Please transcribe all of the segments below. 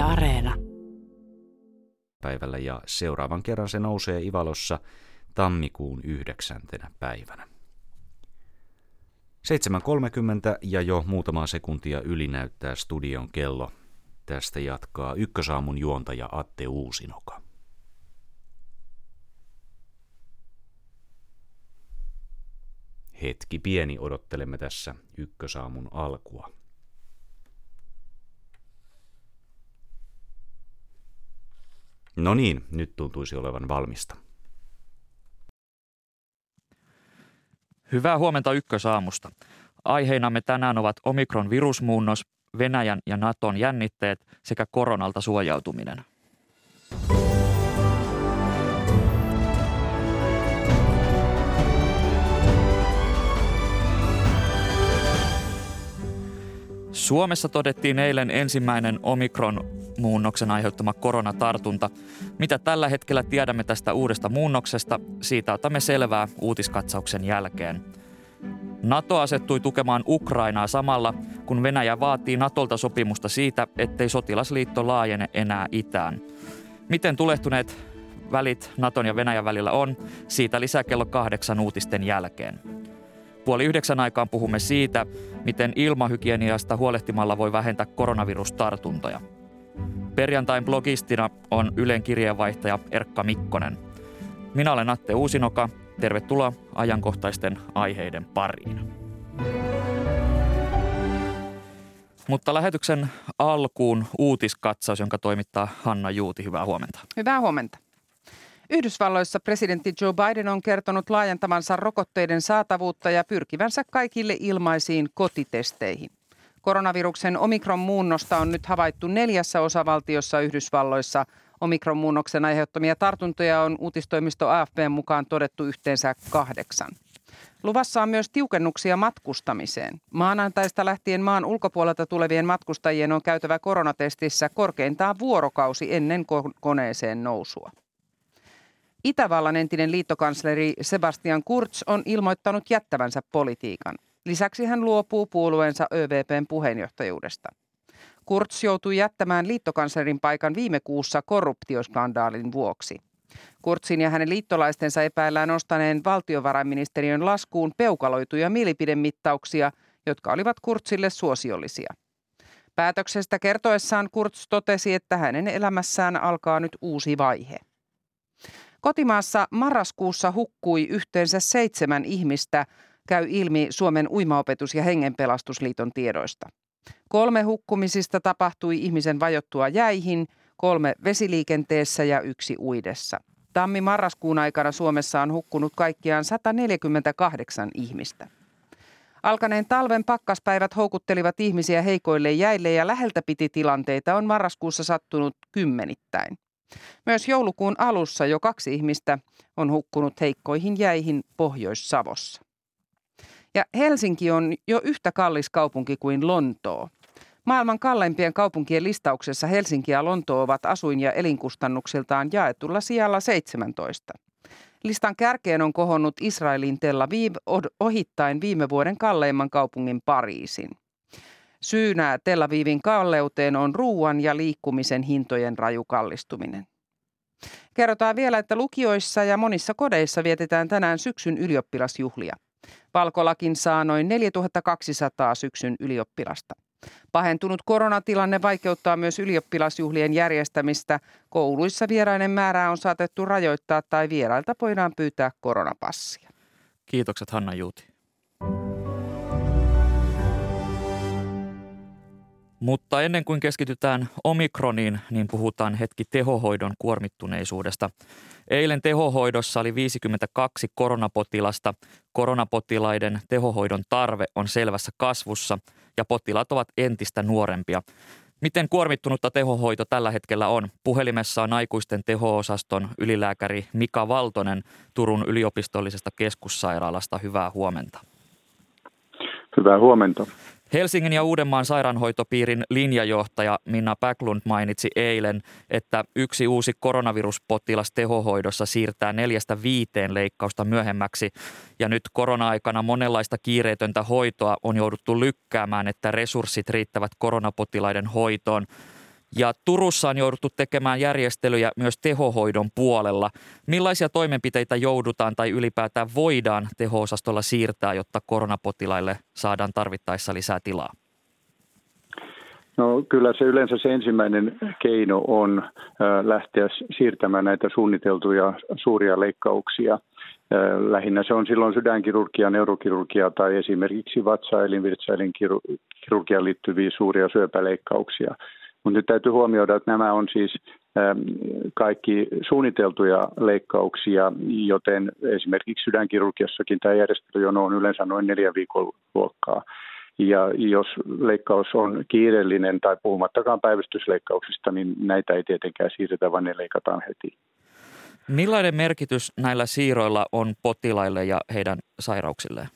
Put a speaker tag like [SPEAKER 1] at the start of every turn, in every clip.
[SPEAKER 1] Areena.
[SPEAKER 2] Päivällä ja seuraavan kerran se nousee Ivalossa tammikuun 9. päivänä. 7.30 ja jo muutamaa sekuntia yli näyttää studion kello. Tästä jatkaa Ykkösaamun juontaja Atte Uusinoka. Hetki pieni odottelemme tässä Ykkösaamun alkua. No niin, nyt tuntuisi olevan valmista.
[SPEAKER 3] Hyvää huomenta Ykkösaamusta. Aiheinamme tänään ovat Omikron-virusmuunnos, Venäjän ja Naton jännitteet sekä koronalta suojautuminen. Suomessa todettiin eilen ensimmäinen Omikron-muunnoksen aiheuttama koronatartunta. Mitä tällä hetkellä tiedämme tästä uudesta muunnoksesta, siitä otamme selvää uutiskatsauksen jälkeen. NATO asettui tukemaan Ukrainaa samalla, kun Venäjä vaatii Natolta sopimusta siitä, ettei sotilasliitto laajene enää itään. Miten tulehtuneet välit Naton ja Venäjän välillä on, siitä lisää kello 8 uutisten jälkeen. 8:30 aikaan puhumme siitä, miten ilmahygieniasta huolehtimalla voi vähentää koronavirustartuntoja. Perjantain blogistina on Ylen kirjeenvaihtaja Erkka Mikkonen. Minä olen Atte Uusinoka. Tervetuloa ajankohtaisten aiheiden pariin. Mutta lähetyksen alkuun uutiskatsaus, jonka toimittaa Hanna Juuti. Hyvää huomenta.
[SPEAKER 4] Hyvää huomenta. Yhdysvalloissa presidentti Joe Biden on kertonut laajentavansa rokotteiden saatavuutta ja pyrkivänsä kaikille ilmaisiin kotitesteihin. Koronaviruksen Omikron-muunnosta on nyt havaittu 4 osavaltiossa Yhdysvalloissa. Omikron-muunnoksen aiheuttamia tartuntoja on uutistoimisto AFP:n mukaan todettu yhteensä 8. Luvassa on myös tiukennuksia matkustamiseen. Maanantaista lähtien maan ulkopuolelta tulevien matkustajien on käytävä koronatestissä korkeintaan vuorokausi ennen koneeseen nousua. Itävallan entinen liittokansleri Sebastian Kurz on ilmoittanut jättävänsä politiikan. Lisäksi hän luopuu puolueensa ÖVP:n puheenjohtajuudesta. Kurz joutui jättämään liittokanslerin paikan viime kuussa korruptioskandaalin vuoksi. Kurzin ja hänen liittolaistensa epäillään nostaneen valtiovarainministeriön laskuun peukaloituja mielipidemittauksia, jotka olivat Kurzille suosiollisia. Päätöksestä kertoessaan Kurz totesi, että hänen elämässään alkaa nyt uusi vaihe. Kotimaassa marraskuussa hukkui yhteensä 7 ihmistä, käy ilmi Suomen uimaopetus- ja hengenpelastusliiton tiedoista. 3 hukkumisista tapahtui ihmisen vajottua jäihin, 3 vesiliikenteessä ja 1 uidessa. Tammi-marraskuun aikana Suomessa on hukkunut kaikkiaan 148 ihmistä. Alkaneen talven pakkaspäivät houkuttelivat ihmisiä heikoille jäille ja läheltä piti tilanteita on marraskuussa sattunut kymmenittäin. Myös joulukuun alussa jo 2 ihmistä on hukkunut heikkoihin jäihin Pohjois-Savossa. Ja Helsinki on jo yhtä kallis kaupunki kuin Lontoo. Maailman kalleimpien kaupunkien listauksessa Helsinki ja Lontoo ovat asuin- ja elinkustannuksiltaan jaetulla sijalla 17. Listan kärkeen on kohonnut Israelin Tel Aviv ohittaen viime vuoden kalleimman kaupungin Pariisin. Syynä Tel Avivin kalleuteen on ruuan ja liikkumisen hintojen raju kallistuminen. Kerrotaan vielä, että lukioissa ja monissa kodeissa vietetään tänään syksyn ylioppilasjuhlia. Valkolakin saa noin 4200 syksyn ylioppilasta. Pahentunut koronatilanne vaikeuttaa myös ylioppilasjuhlien järjestämistä. Kouluissa vieraiden määrää on saatettu rajoittaa tai vierailta voidaan pyytää koronapassia.
[SPEAKER 3] Kiitokset Hanna Juuti. Mutta ennen kuin keskitytään Omikroniin, niin puhutaan hetki tehohoidon kuormittuneisuudesta. Eilen tehohoidossa oli 52 koronapotilasta. Koronapotilaiden tehohoidon tarve on selvässä kasvussa ja potilaat ovat entistä nuorempia. Miten kuormittunutta tehohoito tällä hetkellä on? Puhelimessa on aikuisten teho-osaston ylilääkäri Mika Valtonen Turun yliopistollisesta keskussairaalasta. Hyvää huomenta.
[SPEAKER 5] Hyvää huomenta.
[SPEAKER 3] Helsingin ja Uudenmaan sairaanhoitopiirin linjajohtaja Minna Backlund mainitsi eilen, että 1 uusi koronaviruspotilas tehohoidossa siirtää 4-5 leikkausta myöhemmäksi. Ja nyt korona-aikana monenlaista kiireetöntä hoitoa on jouduttu lykkäämään, että resurssit riittävät koronapotilaiden hoitoon. Ja Turussa on jouduttu tekemään järjestelyjä myös tehohoidon puolella. Millaisia toimenpiteitä joudutaan tai ylipäätään voidaan teho-osastolla siirtää, jotta koronapotilaille saadaan tarvittaessa lisää tilaa?
[SPEAKER 5] No kyllä se yleensä se ensimmäinen keino on lähteä siirtämään näitä suunniteltuja suuria leikkauksia. Lähinnä se on silloin sydänkirurgia, neurokirurgia tai esimerkiksi vatsa-elinvirtsaelinkirurgiaan liittyviä suuria syöpäleikkauksia. Mutta nyt täytyy huomioida, että nämä on siis kaikki suunniteltuja leikkauksia, joten esimerkiksi sydänkirurgiassakin tämä järjestelyjono on yleensä noin 4 viikon luokkaa. Ja jos leikkaus on kiireellinen tai puhumattakaan päivystysleikkauksista, niin näitä ei tietenkään siirretä, vaan ne leikataan heti.
[SPEAKER 3] Millainen merkitys näillä siirroilla on potilaille ja heidän sairauksilleen?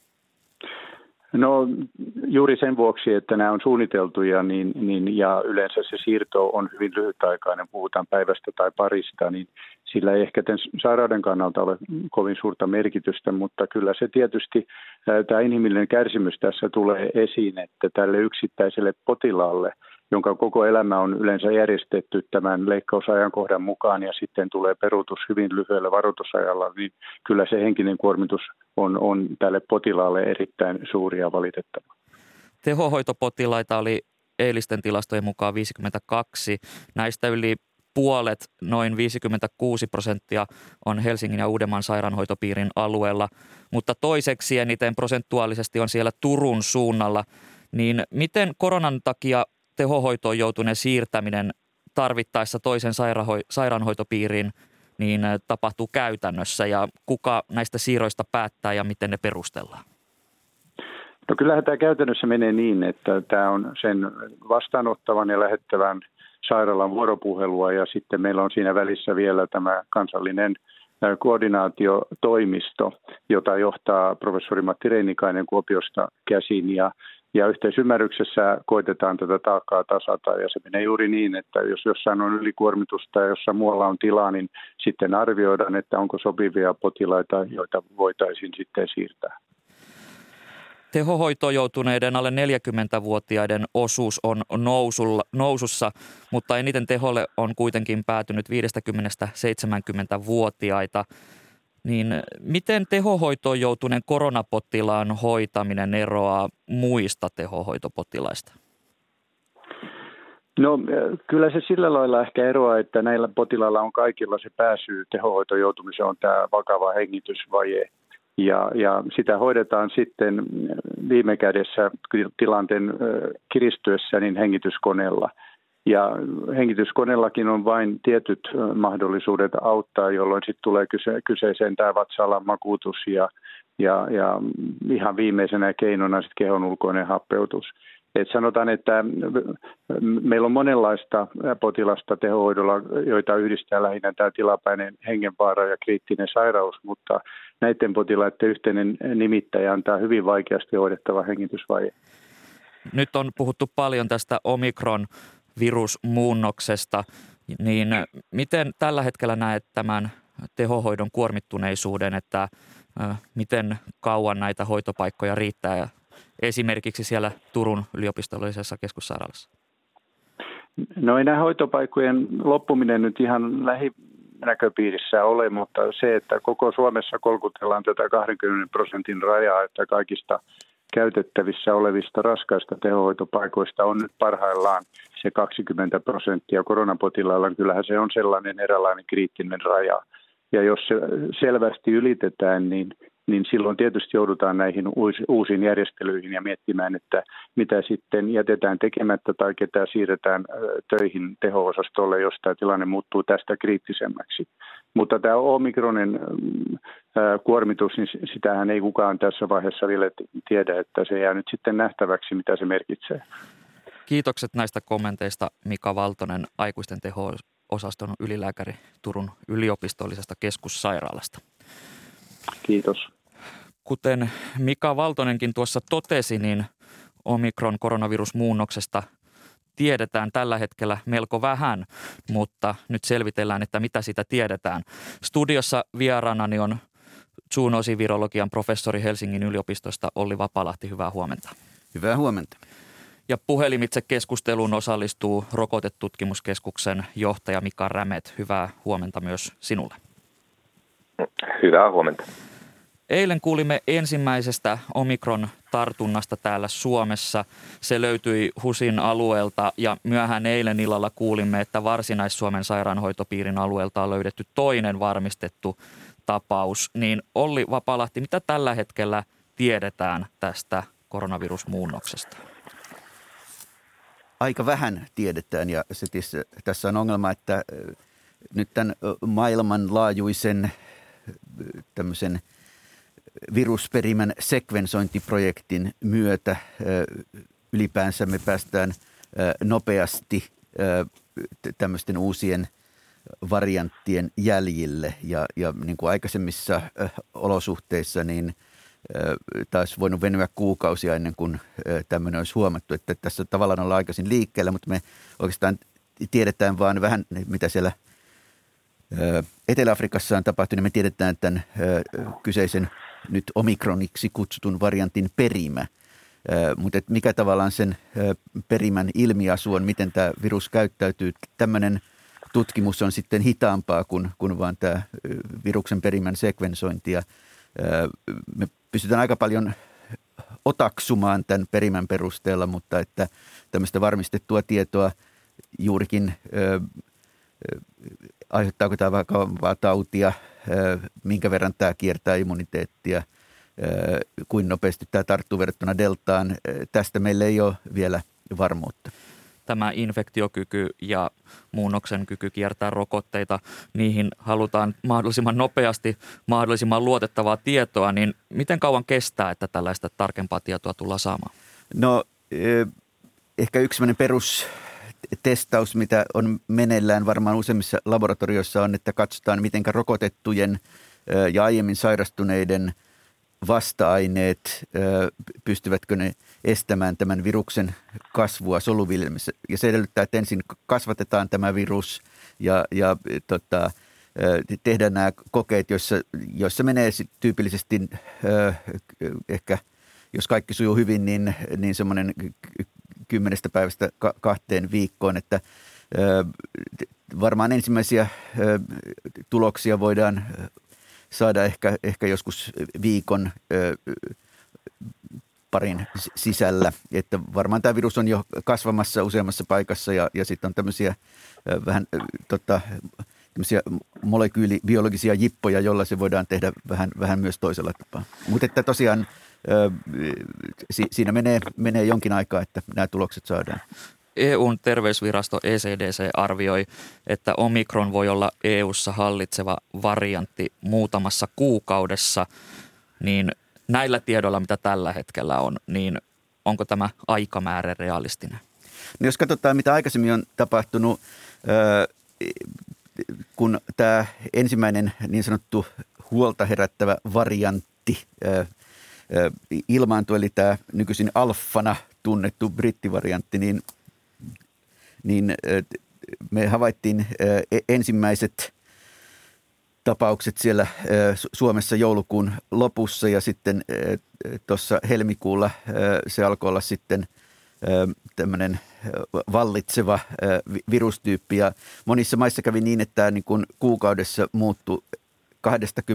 [SPEAKER 5] No juuri sen vuoksi, että nämä on suunniteltuja ja yleensä se siirto on hyvin lyhytaikainen, puhutaan päivästä tai parista, niin sillä ei ehkä tämän sairauden kannalta ole kovin suurta merkitystä, mutta kyllä se tietysti tämä inhimillinen kärsimys tässä tulee esiin, että tälle yksittäiselle potilaalle, jonka koko elämä on yleensä järjestetty tämän leikkausajankohdan mukaan ja sitten tulee peruutus hyvin lyhyellä varoitusajalla, niin kyllä se henkinen kuormitus on tälle potilaalle erittäin suuri ja valitettava.
[SPEAKER 3] Tehohoitopotilaita oli eilisten tilastojen mukaan 52. Näistä yli puolet, noin 56% on Helsingin ja Uudenmaan sairaanhoitopiirin alueella, mutta toiseksi eniten prosentuaalisesti on siellä Turun suunnalla. Niin miten koronan takia tehohoitoon joutuneen siirtäminen tarvittaessa toisen sairaanhoitopiiriin niin tapahtuu käytännössä ja kuka näistä siirroista päättää ja miten ne perustellaan?
[SPEAKER 5] No kyllähän tämä käytännössä menee niin, että tämä on sen vastaanottavan ja lähettävän sairaalan vuoropuhelua ja sitten meillä on siinä välissä vielä tämä kansallinen koordinaatiotoimisto, jota johtaa professori Matti Reinikainen Kuopiosta käsin ja yhteisymmärryksessä koitetaan tätä taakkaa tasata ja se menee juuri niin, että jos jossain on ylikuormitusta ja jossain muualla on tilaa, niin sitten arvioidaan, että onko sopivia potilaita, joita voitaisiin sitten siirtää.
[SPEAKER 3] Tehohoitoon joutuneiden alle 40-vuotiaiden osuus on nousussa, mutta eniten teholle on kuitenkin päätynyt 50-70-vuotiaita. Niin miten tehohoitoon joutuneen koronapotilaan hoitaminen eroaa muista tehohoitopotilaista?
[SPEAKER 5] No kyllä se sillä lailla ehkä eroaa, että näillä potilailla on kaikilla se pääsy tehohoitoon joutumiseen on tämä vakava hengitysvaje. Ja sitä hoidetaan sitten viime kädessä tilanteen kiristyessä niin hengityskoneella. Ja hengityskoneellakin on vain tietyt mahdollisuudet auttaa, jolloin sitten tulee kyseeseen tämä vatsa-alan makuutus ja ihan viimeisenä keinona sitten kehon ulkoinen happeutus. Et sanotaan, että meillä on monenlaista potilasta tehohoidolla, joita yhdistää lähinnä tämä tilapäinen hengenvaara ja kriittinen sairaus, mutta näiden potilaiden yhteinen nimittäjä on tämä hyvin vaikeasti hoidettava hengitysvaje.
[SPEAKER 3] Nyt on puhuttu paljon tästä Omikron-virusmuunnoksesta, niin miten tällä hetkellä näet tämän tehohoidon kuormittuneisuuden, että miten kauan näitä hoitopaikkoja riittää esimerkiksi siellä Turun yliopistollisessa keskussairaalassa?
[SPEAKER 5] No ei nämä hoitopaikkojen loppuminen nyt ihan lähinäköpiirissä ole, mutta se, että koko Suomessa kolkutellaan tätä 20% rajaa, että kaikista käytettävissä olevista raskaista tehohoitopaikoista on nyt parhaillaan se 20%. Koronapotilailla kyllähän se on sellainen eräänlainen kriittinen raja. Ja jos se selvästi ylitetään, niin silloin tietysti joudutaan näihin uusiin järjestelyihin ja miettimään, että mitä sitten jätetään tekemättä tai ketä siirretään töihin teho-osastolle, jos tämä tilanne muuttuu tästä kriittisemmäksi. Mutta tämä Omikronin kuormitus, niin sitähän ei kukaan tässä vaiheessa vielä tiedä, että se jää nyt sitten nähtäväksi, mitä se merkitsee.
[SPEAKER 3] Kiitokset näistä kommenteista Mika Valtonen, aikuisten teho-osaston ylilääkäri Turun yliopistollisesta keskussairaalasta.
[SPEAKER 5] Kiitos.
[SPEAKER 3] Kuten Mika Valtonenkin tuossa totesi, niin Omikron-koronavirusmuunnoksesta tiedetään tällä hetkellä melko vähän, mutta nyt selvitellään, että mitä siitä tiedetään. Studiossa vieraanani on zoonoosivirologian professori Helsingin yliopistosta Olli Vapalahti. Hyvää huomenta.
[SPEAKER 2] Hyvää huomenta.
[SPEAKER 3] Ja puhelimitse keskusteluun osallistuu Rokotetutkimuskeskuksen johtaja Mika Rämet. Hyvää huomenta myös sinulle.
[SPEAKER 1] Hyvää huomenta.
[SPEAKER 3] Eilen kuulimme ensimmäisestä Omikron-tartunnasta täällä Suomessa. Se löytyi HUSin alueelta ja myöhään eilen illalla kuulimme, että Varsinais-Suomen sairaanhoitopiirin alueelta on löydetty toinen varmistettu tapaus. Niin Olli Vapalahti, mitä tällä hetkellä tiedetään tästä koronavirusmuunnoksesta?
[SPEAKER 6] Aika vähän tiedetään ja tässä on ongelma, että nyt tämän maailmanlaajuisen tämmöisen virusperimän sekvensointiprojektin myötä ylipäänsä me päästään nopeasti tämmöisten uusien varianttien jäljille ja niin kuin aikaisemmissa olosuhteissa niin taas voinut venyä kuukausia ennen kuin tämmöinen olisi huomattu, että tässä tavallaan ollaan aikaisin liikkeellä, mutta me oikeastaan tiedetään vaan vähän, mitä siellä Etelä-Afrikassa on tapahtunut. Me tiedetään tämän kyseisen nyt omikroniksi kutsutun variantin perimä, mutta mikä tavallaan sen perimän ilmiasu on, miten tämä virus käyttäytyy, tämmöinen tutkimus on sitten hitaampaa kuin vaan tämä viruksen perimän sekvensointi. Ja me pystytään aika paljon otaksumaan tämän perimän perusteella, mutta että tämmöistä varmistettua tietoa juurikin aiheuttaako tämä vakavaa tautia, minkä verran tämä kiertää immuniteettia, kuin nopeasti tämä tarttuu verrattuna deltaan. Tästä meillä ei ole vielä varmuutta.
[SPEAKER 3] Tämä infektiokyky ja muunnoksen kyky kiertää rokotteita, niihin halutaan mahdollisimman nopeasti, mahdollisimman luotettavaa tietoa, niin miten kauan kestää, että tällaista tarkempaa tietoa tullaan saamaan?
[SPEAKER 6] No ehkä yksi sellainen perustestaus, mitä on meneillään varmaan useimmissa laboratorioissa on, että katsotaan miten rokotettujen ja aiemmin sairastuneiden vasta-aineet, pystyvätkö ne estämään tämän viruksen kasvua soluviljelmissä. Ja se edellyttää, että ensin kasvatetaan tämä virus ja tehdään nämä kokeet, joissa menee tyypillisesti ehkä, jos kaikki sujuu hyvin, niin semmoinen 10 päivästä 2 viikkoon, että varmaan ensimmäisiä tuloksia voidaan saada ehkä joskus viikon parin sisällä, että varmaan tämä virus on jo kasvamassa useammassa paikassa ja sitten on tämmöisiä vähän tämmöisiä molekyylibiologisia jippoja, joilla se voidaan tehdä vähän myös toisella tapaa. Mutta että tosiaan siinä menee jonkin aikaa, että nämä tulokset saadaan.
[SPEAKER 3] EU:n terveysvirasto ECDC arvioi, että omikron voi olla EU:ssa hallitseva variantti muutamassa kuukaudessa, niin näillä tiedoilla, mitä tällä hetkellä on, niin onko tämä aikamäärä realistinen?
[SPEAKER 6] No jos katsotaan, mitä aikaisemmin on tapahtunut, kun tämä ensimmäinen niin sanottu huolta herättävä variantti ilmaantui, eli tämä nykyisin alfana tunnettu brittivariantti, niin me havaittiin ensimmäiset tapaukset siellä Suomessa joulukuun lopussa ja sitten tuossa helmikuulla se alkoi olla sitten tämmöinen vallitseva virustyyppi ja monissa maissa kävi niin, että tämä niin kuin kuukaudessa muuttui 20%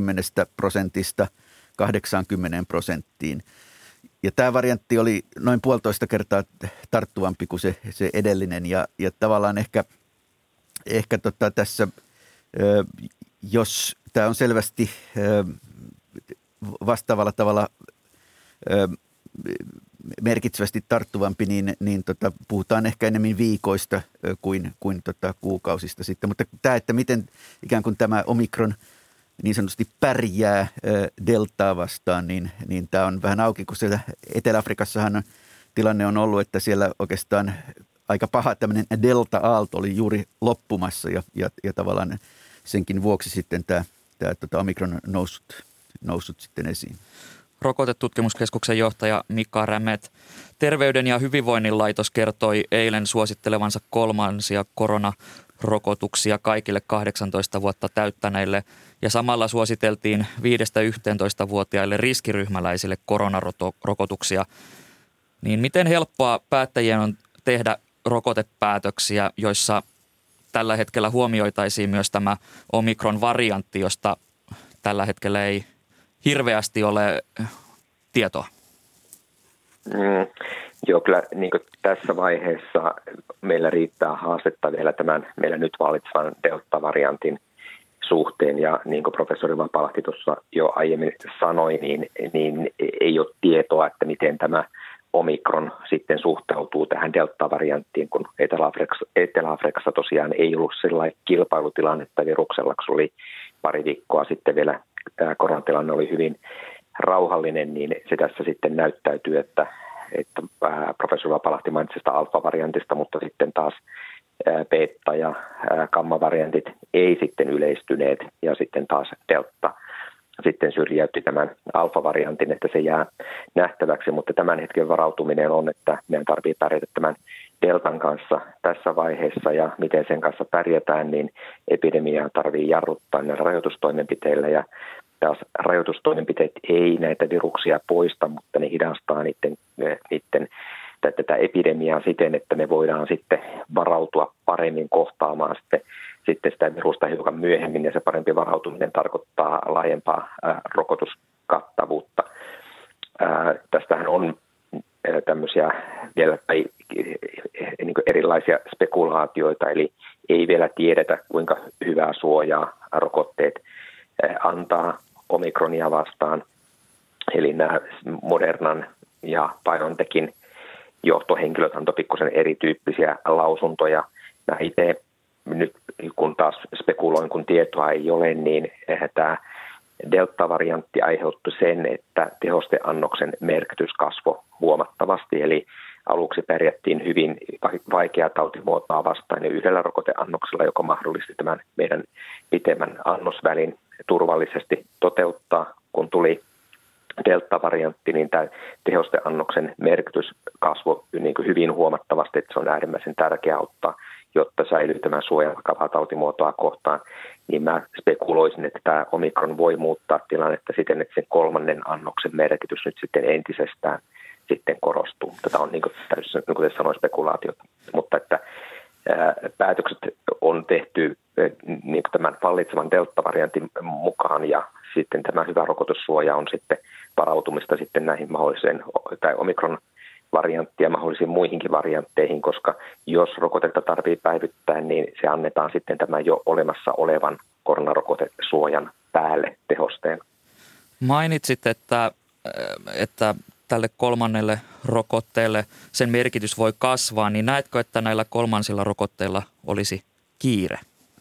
[SPEAKER 6] 80%. Ja tämä variantti oli noin 1,5 kertaa tarttuvampi kuin se edellinen ja tavallaan ehkä tässä, jos tämä on selvästi vastaavalla tavalla merkitsevästi tarttuvampi, niin puhutaan ehkä enemmän viikoista kuin kuukausista sitten. Mutta tämä, että miten ikään kuin tämä omikron niin sanotusti pärjää deltaa vastaan, niin tämä on vähän auki, kun siellä Etelä-Afrikassahan tilanne on ollut, että siellä oikeastaan aika paha tämmöinen delta-aalto oli juuri loppumassa ja tavallaan senkin vuoksi sitten tämä omikron noussut sitten esiin.
[SPEAKER 3] Rokotetutkimuskeskuksen johtaja Mika Rämet. Terveyden ja hyvinvoinnin laitos kertoi eilen suosittelevansa 3. koronarokotuksia kaikille 18 vuotta täyttäneille ja samalla suositeltiin 5-11-vuotiaille riskiryhmäläisille koronarokotuksia. Niin miten helppoa päättäjien on tehdä rokotepäätöksiä, joissa tällä hetkellä huomioitaisiin myös tämä omikron-variantti, josta tällä hetkellä ei hirveästi ole tietoa?
[SPEAKER 1] Joo, kyllä niin tässä vaiheessa meillä riittää haastetta vielä tämän meillä nyt vallitsevan delta-variantin suhteen. Ja niin kuin professori Vapalahti tuossa jo aiemmin sanoi, niin ei ole tietoa, että miten tämä omikron sitten suhtautuu tähän delta-varianttiin, kun Etelä-Afrikassa tosiaan ei ollut sellainen kilpailutilannetta viruksella, kun se oli pari viikkoa sitten vielä tämä koronatilanne oli hyvin rauhallinen, niin se tässä sitten näyttäytyy, että professori Vapalahti mainitsi sitä alfa-variantista, mutta sitten taas beta- ja gamma-variantit ei sitten yleistyneet ja sitten taas delta sitten syrjäytti tämän alfa-variantin, että se jää nähtäväksi, mutta tämän hetken varautuminen on, että meidän tarvitsee pärjätä tämän deltan kanssa tässä vaiheessa ja miten sen kanssa pärjätään, niin epidemiaa tarvitsee jarruttaa näillä rajoitustoimenpiteillä ja taas rajoitustoimenpiteet ei näitä viruksia poista, mutta ne hidastaa niiden tätä epidemiaa siten, että me voidaan sitten varautua paremmin kohtaamaan sitten sitä virusta hiukan myöhemmin, ja se parempi varautuminen tarkoittaa laajempaa rokotuskattavuutta. Tästähän on tämmöisiä vielä niin kuin erilaisia spekulaatioita, eli ei vielä tiedetä, kuinka hyvää suojaa rokotteet antaa omikronia vastaan. Eli nämä Modernan ja BioNTechin johtohenkilöt antoi pikkusen erityyppisiä lausuntoja. Mä itse nyt kun taas spekuloin, kun tietoa ei ole, niin tämä delta-variantti aiheutti sen, että tehosteannoksen merkitys kasvoi huomattavasti. Eli aluksi pärjättiin hyvin vaikeaa tautimuotoa vastaan ja yhdellä rokoteannoksella, joka mahdollisti tämän meidän pitemmän annosvälin turvallisesti toteuttaa. Kun tuli delta-variantti, niin tämä tehosteannoksen merkitys kasvoi niin kuin hyvin huomattavasti, että se on äärimmäisen tärkeää ottaa, jotta säilyy tämän suojan vakavaa tautimuotoa kohtaan. Niin mä spekuloisin, että tämä omikron voi muuttaa tilannetta siten, että sen kolmannen annoksen merkitys nyt sitten entisestään sitten korostuu. Tätä on niin kuin sanoin spekulaatiota, mutta että päätökset on tehty niin kuin tämän vallitsevan delta-variantin mukaan ja sitten tämä hyvä rokotussuoja on sitten varautumista sitten näihin mahdolliseen tai omikron-varianttiin ja mahdollisiin muihinkin variantteihin, koska jos rokotetta tarvitsee päivittää, niin se annetaan sitten tämän jo olemassa olevan koronarokotesuojan päälle tehosteen.
[SPEAKER 3] Mainitsit, että tälle kolmannelle rokotteelle sen merkitys voi kasvaa, niin näetkö, että näillä kolmansilla rokotteilla olisi kiire?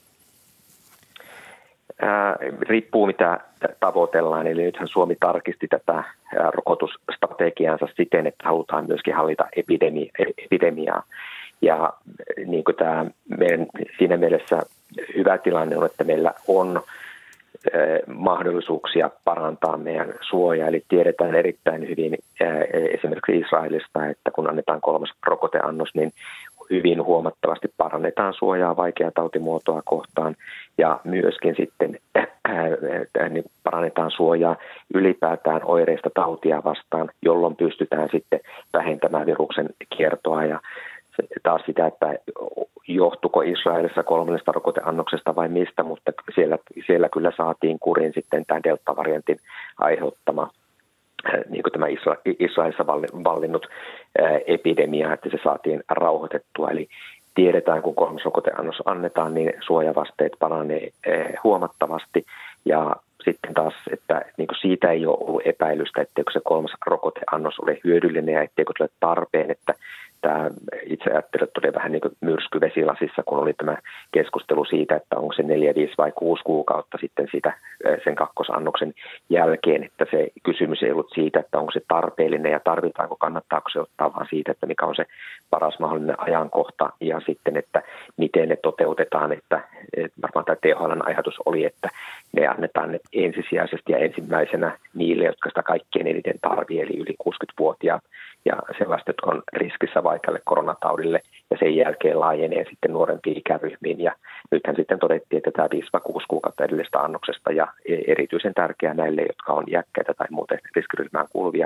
[SPEAKER 1] Riippuu mitä tavoitellaan, eli nythän Suomi tarkisti tätä rokotusstrategiansa siten, että halutaan myöskin hallita epidemiaa. Ja niin kuin tämä meidän siinä mielessä hyvä tilanne on, että meillä on mahdollisuuksia parantaa meidän suojaa. Eli tiedetään erittäin hyvin esimerkiksi Israelista, että kun annetaan kolmas rokoteannos, niin hyvin huomattavasti parannetaan suojaa vaikeaa tautimuotoa kohtaan ja myöskin sitten parannetaan suojaa ylipäätään oireista tautia vastaan, jolloin pystytään sitten vähentämään viruksen kiertoa ja taas sitä, että johtuiko Israelissa kolmannesta rokoteannoksesta vai mistä, mutta siellä kyllä saatiin kuriin sitten tämä delta-variantin aiheuttama niin kuin tämä Israelissa vallinnut epidemia, että se saatiin rauhoitettua. Eli tiedetään, kun kolmas rokoteannos annetaan, niin suojavasteet paranee huomattavasti. Ja sitten taas, että niin kuin siitä ei ole ollut epäilystä, etteikö se kolmas rokoteannos ole hyödyllinen ja etteikö ole tarpeen, että tämä itse ajattelen, että oli vähän niin kuin myrsky vesilasissa, kun oli tämä keskustelu siitä, että onko se 4, 5 vai 6 kuukautta sitten sitä, sen kakkosannoksen jälkeen, että se kysymys ei ollut siitä, että onko se tarpeellinen ja tarvitaanko, kannattaako se ottaa, vaan siitä, että mikä on se paras mahdollinen ajankohta ja sitten, että miten ne toteutetaan, että varmaan tämä THL:n ajatus oli, että ne annetaan ne ensisijaisesti ja ensimmäisenä niille, jotka sitä kaikkein eniten tarvitsee, eli yli 60-vuotiaat ja sellaiset, jotka on riskissä vaikealle koronataudille ja sen jälkeen laajenee sitten nuorempiin ikäryhmiin ja nythän sitten todettiin, että tämä 5-6 kuukautta edellisestä annoksesta ja erityisen tärkeää näille, jotka on iäkkäitä tai muuten riskiryhmään kuuluvia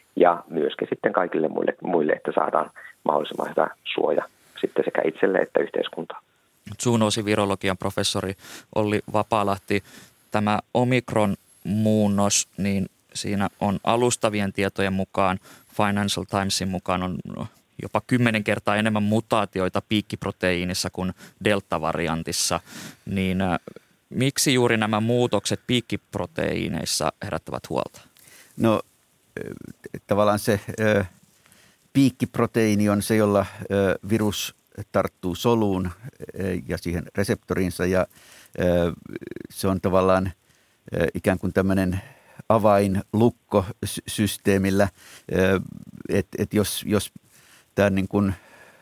[SPEAKER 1] ja myöskin sitten kaikille muille, että saadaan mahdollisimman hyvä suoja sitten sekä itselle että yhteiskuntaan.
[SPEAKER 3] Zoonoosivirologian professori Olli Vapalahti, tämä Omikron-muunnos, niin siinä on alustavien tietojen mukaan, Financial Timesin mukaan on jopa 10 kertaa enemmän mutaatioita piikkiproteiinissa kuin delta-variantissa, niin miksi juuri nämä muutokset piikkiproteiineissa herättävät huolta?
[SPEAKER 6] No tavallaan se piikkiproteiini on se, jolla virus tarttuu soluun ja siihen reseptoriinsa ja se on tavallaan ikään kuin tämmöinen avainlukkosysteemillä, että jos tämä niin kuin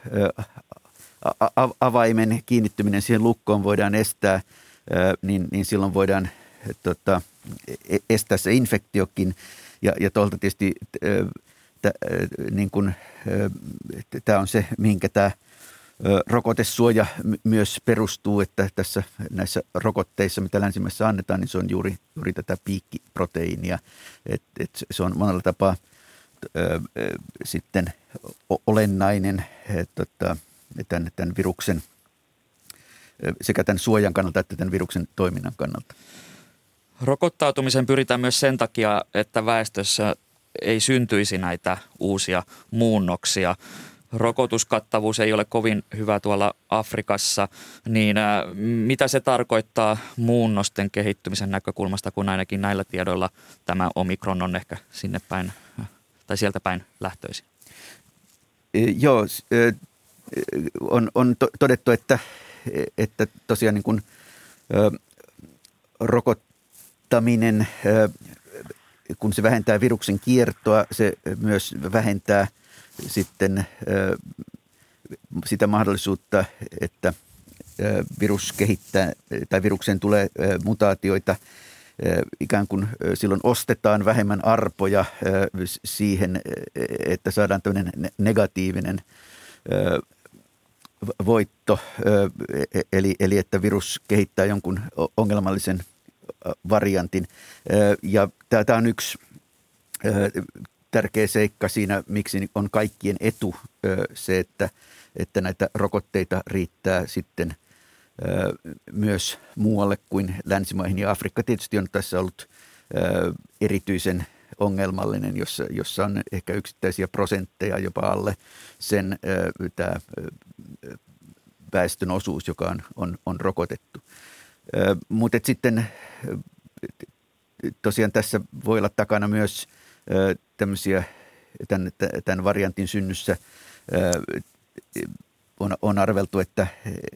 [SPEAKER 6] avaimen kiinnittyminen siihen lukkoon voidaan estää, niin silloin voidaan estää se infektiokin ja tuolta tietysti niin kuin, tämä on se, mihinkä tämä rokotesuoja myös perustuu, että tässä näissä rokotteissa, mitä länsimaissa annetaan, niin se on juuri tätä piikkiproteiinia. Et se on monella tapaa sitten olennainen tämän viruksen, sekä tämän suojan kannalta että tämän viruksen toiminnan kannalta.
[SPEAKER 3] Rokottautumisen pyritään myös sen takia, että väestössä ei syntyisi näitä uusia muunnoksia. Rokotuskattavuus ei ole kovin hyvä tuolla Afrikassa, niin mitä se tarkoittaa muunnosten kehittymisen näkökulmasta, kun ainakin näillä tiedoilla tämä Omikron on ehkä sinne päin tai sieltä päin lähtöisin?
[SPEAKER 6] Joo, on todettu, että tosiaan niin kuin, rokottaminen, kun se vähentää viruksen kiertoa, se myös vähentää sitten sitä mahdollisuutta, että virus kehittää tai virukseen tulee mutaatioita. Ikään kuin silloin ostetaan vähemmän arpoja siihen, että saadaan tämmöinen negatiivinen voitto, eli että virus kehittää jonkun ongelmallisen variantin. Ja tämä on yksi tärkeä seikka siinä, miksi on kaikkien etu se, että näitä rokotteita riittää sitten myös muualle kuin länsimaihin. Ja Afrikka tietysti on tässä ollut erityisen ongelmallinen, jossa on ehkä yksittäisiä prosentteja jopa alle sen tämä väestön osuus, joka on rokotettu. Mutta sitten tosiaan tässä voi olla takana myös tämmöisiä tämän variantin synnyssä on arveltu, että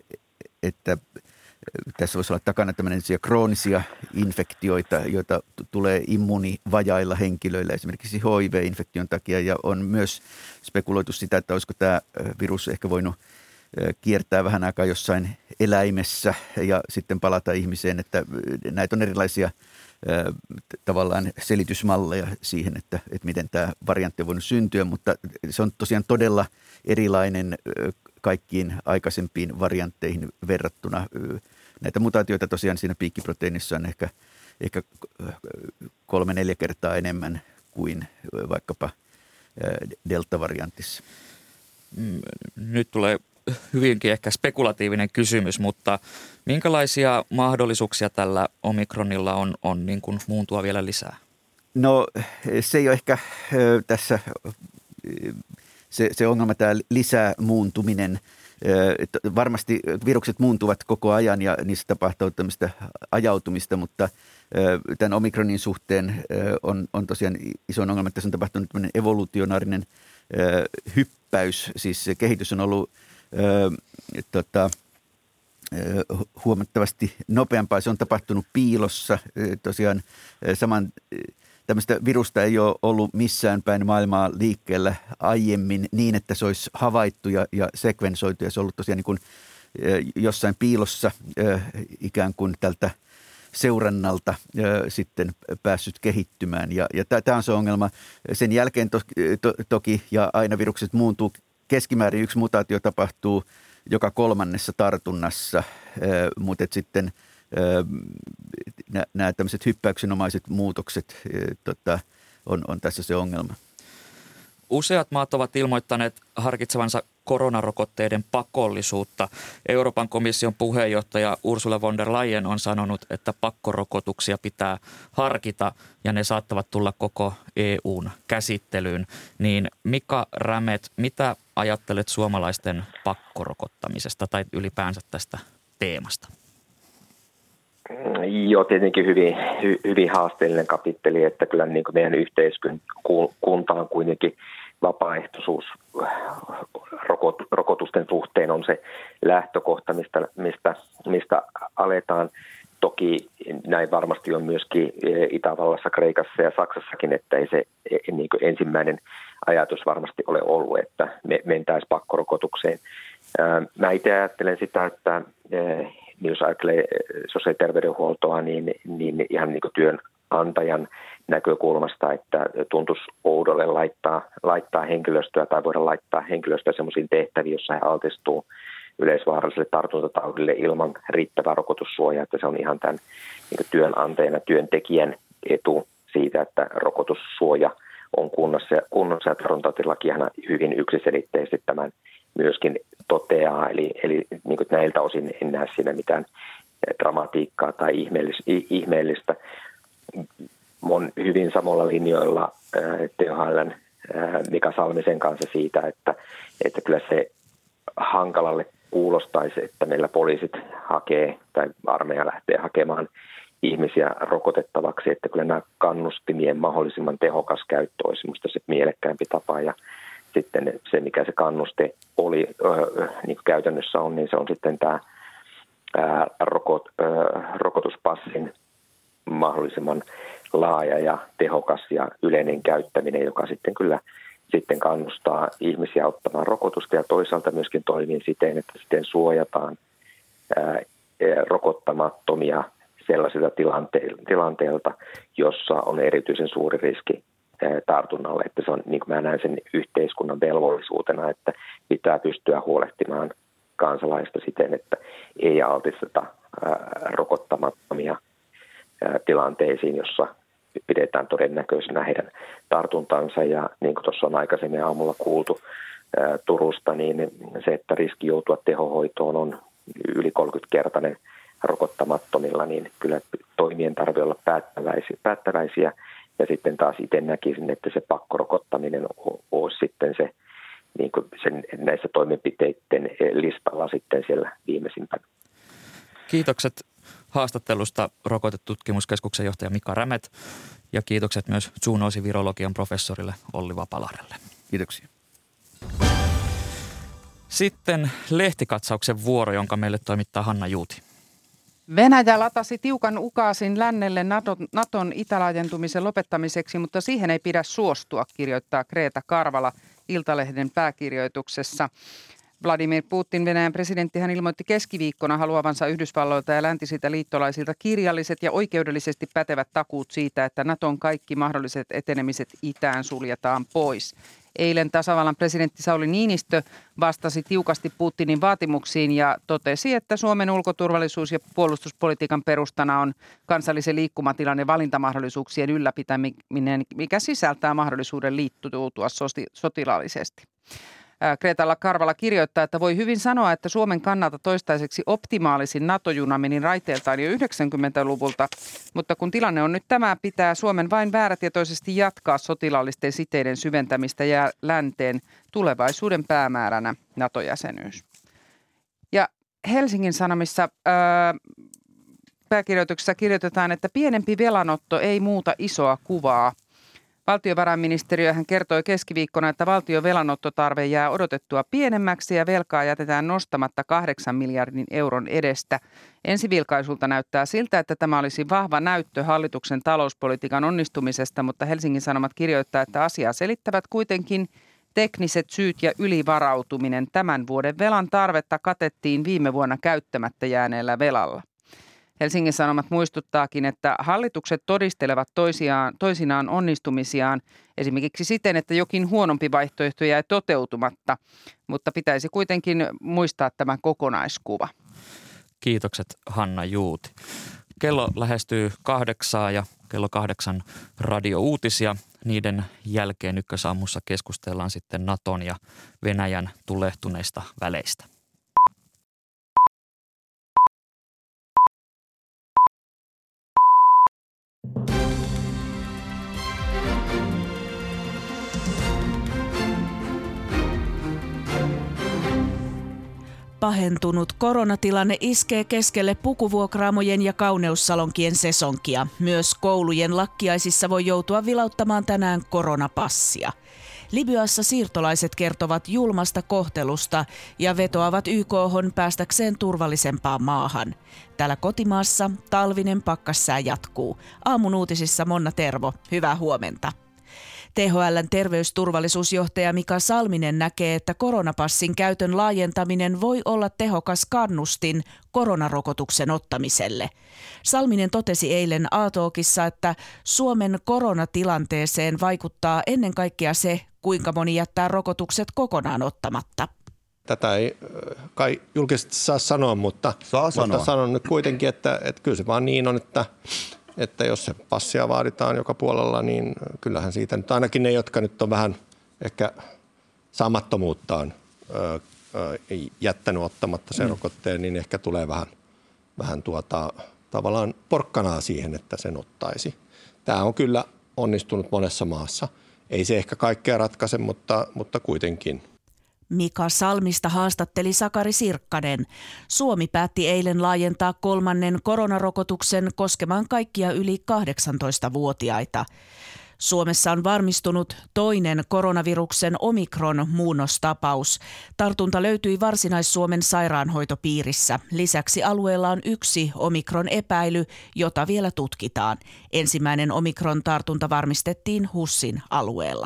[SPEAKER 6] tässä voisi olla takana tämmöisiä kroonisia infektioita, joita tulee immuunivajailla henkilöillä esimerkiksi HIV-infektion takia, ja on myös spekuloitu sitä, että olisiko tämä virus ehkä voinut kiertää vähän aikaa jossain eläimessä ja sitten palata ihmiseen, että näitä on erilaisia tavallaan selitysmalleja siihen, että miten tämä variantti on voinut syntyä, mutta se on tosiaan todella erilainen kaikkiin aikaisempiin variantteihin verrattuna. Näitä mutaatioita tosiaan siinä piikkiproteiinissa on ehkä 3-4 kertaa enemmän kuin vaikkapa delta-variantissa.
[SPEAKER 3] Nyt tulee hyvinkin ehkä spekulatiivinen kysymys, mutta minkälaisia mahdollisuuksia tällä Omikronilla on niin kuin muuntua vielä lisää?
[SPEAKER 6] No se ei ole ehkä tässä se ongelma, tämä lisää muuntuminen. Varmasti virukset muuntuvat koko ajan ja niissä tapahtuu tämmöistä ajautumista, mutta tämän Omikronin suhteen on tosiaan iso ongelma, että tässä on tapahtunut tämmöinen evolutionaarinen hyppäys. Siis se kehitys on ollut huomattavasti nopeampaa. Se on tapahtunut piilossa. Tosiaan tämmöistä virusta ei ole ollut missään päin maailmaa liikkeellä aiemmin niin, että se olisi havaittu ja sekvensoitu. Ja se on ollut tosiaan niin kuin jossain piilossa ikään kuin tältä seurannalta sitten päässyt kehittymään. Ja tämä on se ongelma. Sen jälkeen toki, ja aina virukset muuntuu, keskimäärin yksi mutaatio tapahtuu joka 3. tartunnassa, mutta sitten nämä tämmöiset hyppäyksenomaiset muutokset on tässä se ongelma.
[SPEAKER 3] Useat maat ovat ilmoittaneet harkitsevansa koronarokotteiden pakollisuutta. Euroopan komission puheenjohtaja Ursula von der Leyen on sanonut, että pakkorokotuksia pitää harkita ja ne saattavat tulla koko EU:n käsittelyyn. Niin Mika Rämet, mitä ajattelet suomalaisten pakkorokottamisesta tai ylipäänsä tästä teemasta?
[SPEAKER 1] Joo, tietenkin hyvin haasteellinen kapitteli, että kyllä niin kuin meidän yhteiskunta on kuitenkin vapaaehtoisuus rokotusten suhteen on se lähtökohta, mistä aletaan. Toki näin varmasti on myöskin Itävallassa, Kreikassa ja Saksassakin, että ei se niin kuin ensimmäinen ajatus varmasti ole ollut, että me mentäisiin pakkorokotukseen. Mä itse ajattelen sitä, että jos ajattelee sosiaali- ja terveydenhuoltoa, niin ihan niin kuin työnantajan näkökulmasta, että tuntuisi oudolle laittaa henkilöstöä tai voida laittaa henkilöstöä sellaisiin tehtäviin, jossa he altistuu yleisvaaralliselle tartuntataudille ilman riittävää rokotussuojaa, että se on ihan tämän niin työnantajan ja työntekijän etu siitä, että rokotussuoja on kunnossa ja tartuntatautilakihan hyvin yksiselitteisesti tämän myöskin toteaa, eli niin kuin näiltä osin en näe siinä mitään dramatiikkaa tai ihmeellistä. Olen hyvin samalla linjoilla THL:n Mika Salmisen kanssa siitä, että kyllä se hankalalle kuulostaisi, että meillä poliisit hakee tai armeija lähtee hakemaan ihmisiä rokotettavaksi, että kyllä nämä kannustimien mahdollisimman tehokas käyttö olisi minusta se mielekkäämpi tapa ja sitten se, mikä se kannuste oli niin kuin käytännössä on, niin se on sitten tämä rokotuspassin mahdollisimman laaja ja tehokas ja yleinen käyttäminen, joka sitten kyllä sitten kannustaa ihmisiä ottamaan rokotusta ja toisaalta myöskin toimii siten, että sitten suojataan rokottamattomia sellaisilta tilanteilta, jossa on erityisen suuri riski tartunnalle, että se on, niin kuin mä näen sen yhteiskunnan velvollisuutena, että pitää pystyä huolehtimaan kansalaista siten, että ei altisteta rokottamattomia tilanteisiin, jossa pidetään todennäköisenä heidän tartuntansa ja niin kuin tuossa on aikaisemmin aamulla kuultu Turusta, niin se, että riski joutua tehohoitoon on yli 30-kertainen rokottamattomilla, niin kyllä toimien tarvitsee olla päättäväisiä. Ja sitten taas itse näkisin, että se pakkorokottaminen olisi sitten se, niin kuin sen, näissä toimenpiteiden listalla sitten siellä viimeisimpänä.
[SPEAKER 3] Kiitokset haastattelusta Rokotetutkimuskeskuksen johtaja Mika Rämet ja kiitokset myös zoonoosi-virologian professorille Olli Vapalahdelle.
[SPEAKER 6] Kiitoksia.
[SPEAKER 3] Sitten lehtikatsauksen vuoro, jonka meille toimittaa Hanna Juuti.
[SPEAKER 4] Venäjä latasi tiukan ukaasin lännelle Naton itälaajentumisen lopettamiseksi, mutta siihen ei pidä suostua, kirjoittaa Greta Karvala Iltalehden pääkirjoituksessa. Vladimir Putin, Venäjän presidentti, hän ilmoitti keskiviikkona haluavansa Yhdysvalloilta ja läntisiltä liittolaisilta kirjalliset ja oikeudellisesti pätevät takuut siitä, että Naton kaikki mahdolliset etenemiset itään suljetaan pois. Eilen tasavallan presidentti Sauli Niinistö vastasi tiukasti Putinin vaatimuksiin ja totesi, että Suomen ulkoturvallisuus- ja puolustuspolitiikan perustana on kansallisen liikkumatilan ja valintamahdollisuuksien ylläpitäminen, mikä sisältää mahdollisuuden liittoutua sotilaallisesti. Greta Karvala kirjoittaa, että voi hyvin sanoa, että Suomen kannalta toistaiseksi optimaalisin NATO-juna meni raiteeltaan jo 90-luvulta, mutta kun tilanne on nyt tämä, pitää Suomen vain määrätietoisesti jatkaa sotilaallisten siteiden syventämistä ja länteen tulevaisuuden päämääränä NATO-jäsenyys. Ja Helsingin Sanomissa pääkirjoituksessa kirjoitetaan, että pienempi velanotto ei muuta isoa kuvaa. Valtiovarainministeriöhän kertoi keskiviikkona, että valtion velanottotarve jää odotettua pienemmäksi ja velkaa jätetään nostamatta 8 miljardin euron edestä. Ensivilkaisulta näyttää siltä, että tämä olisi vahva näyttö hallituksen talouspolitiikan onnistumisesta, mutta Helsingin Sanomat kirjoittaa, että asiaa selittävät kuitenkin tekniset syyt ja ylivarautuminen. Tämän vuoden velan tarvetta katettiin viime vuonna käyttämättä jääneellä velalla. Helsingin Sanomat muistuttaakin, että hallitukset todistelevat toisinaan onnistumisiaan esimerkiksi siten, että jokin huonompi vaihtoehto jäi toteutumatta, mutta pitäisi kuitenkin muistaa tämä kokonaiskuva.
[SPEAKER 3] Kiitokset Hanna Juuti. Kello lähestyy 8 ja kello 8 radiouutisia. Niiden jälkeen Ykkösaamussa keskustellaan sitten Naton ja Venäjän tulehtuneista väleistä.
[SPEAKER 7] Pahentunut koronatilanne iskee keskelle pukuvuokraamojen ja kauneussalonkien sesonkia. Myös koulujen lakkiaisissa voi joutua vilauttamaan tänään koronapassia. Libyassa siirtolaiset kertovat julmasta kohtelusta ja vetoavat YK:hon päästäkseen turvallisempaan maahan. Täällä kotimaassa talvinen pakkassää jatkuu. Aamun uutisissa Monna Tervo, hyvää huomenta. THL:n terveysturvallisuusjohtaja Mika Salminen näkee, että koronapassin käytön laajentaminen voi olla tehokas kannustin koronarokotuksen ottamiselle. Salminen totesi eilen A-talkissa, että Suomen koronatilanteeseen vaikuttaa ennen kaikkea se, kuinka moni jättää rokotukset kokonaan ottamatta.
[SPEAKER 8] Tätä ei kai julkisesti saa sanoa, mutta sanon nyt kuitenkin, että kyllä se vaan niin on, että jos se passia vaaditaan joka puolella, niin kyllähän siitä nyt ainakin ne, jotka nyt on vähän ehkä saamattomuuttaan jättänyt ottamatta sen rokotteen, niin ehkä tulee vähän tavallaan porkkanaa siihen, että sen ottaisi. Tämä on kyllä onnistunut monessa maassa. Ei se ehkä kaikkea ratkaise, mutta kuitenkin.
[SPEAKER 7] Mika Salmista haastatteli Sakari Sirkkanen. Suomi päätti eilen laajentaa 3. koronarokotuksen koskemaan kaikkia yli 18-vuotiaita. Suomessa on varmistunut toinen koronaviruksen omikron-muunnostapaus. Tartunta löytyi Varsinais-Suomen sairaanhoitopiirissä. Lisäksi alueella on 1 omikron-epäily, jota vielä tutkitaan. Ensimmäinen omikron-tartunta varmistettiin HUSin alueella.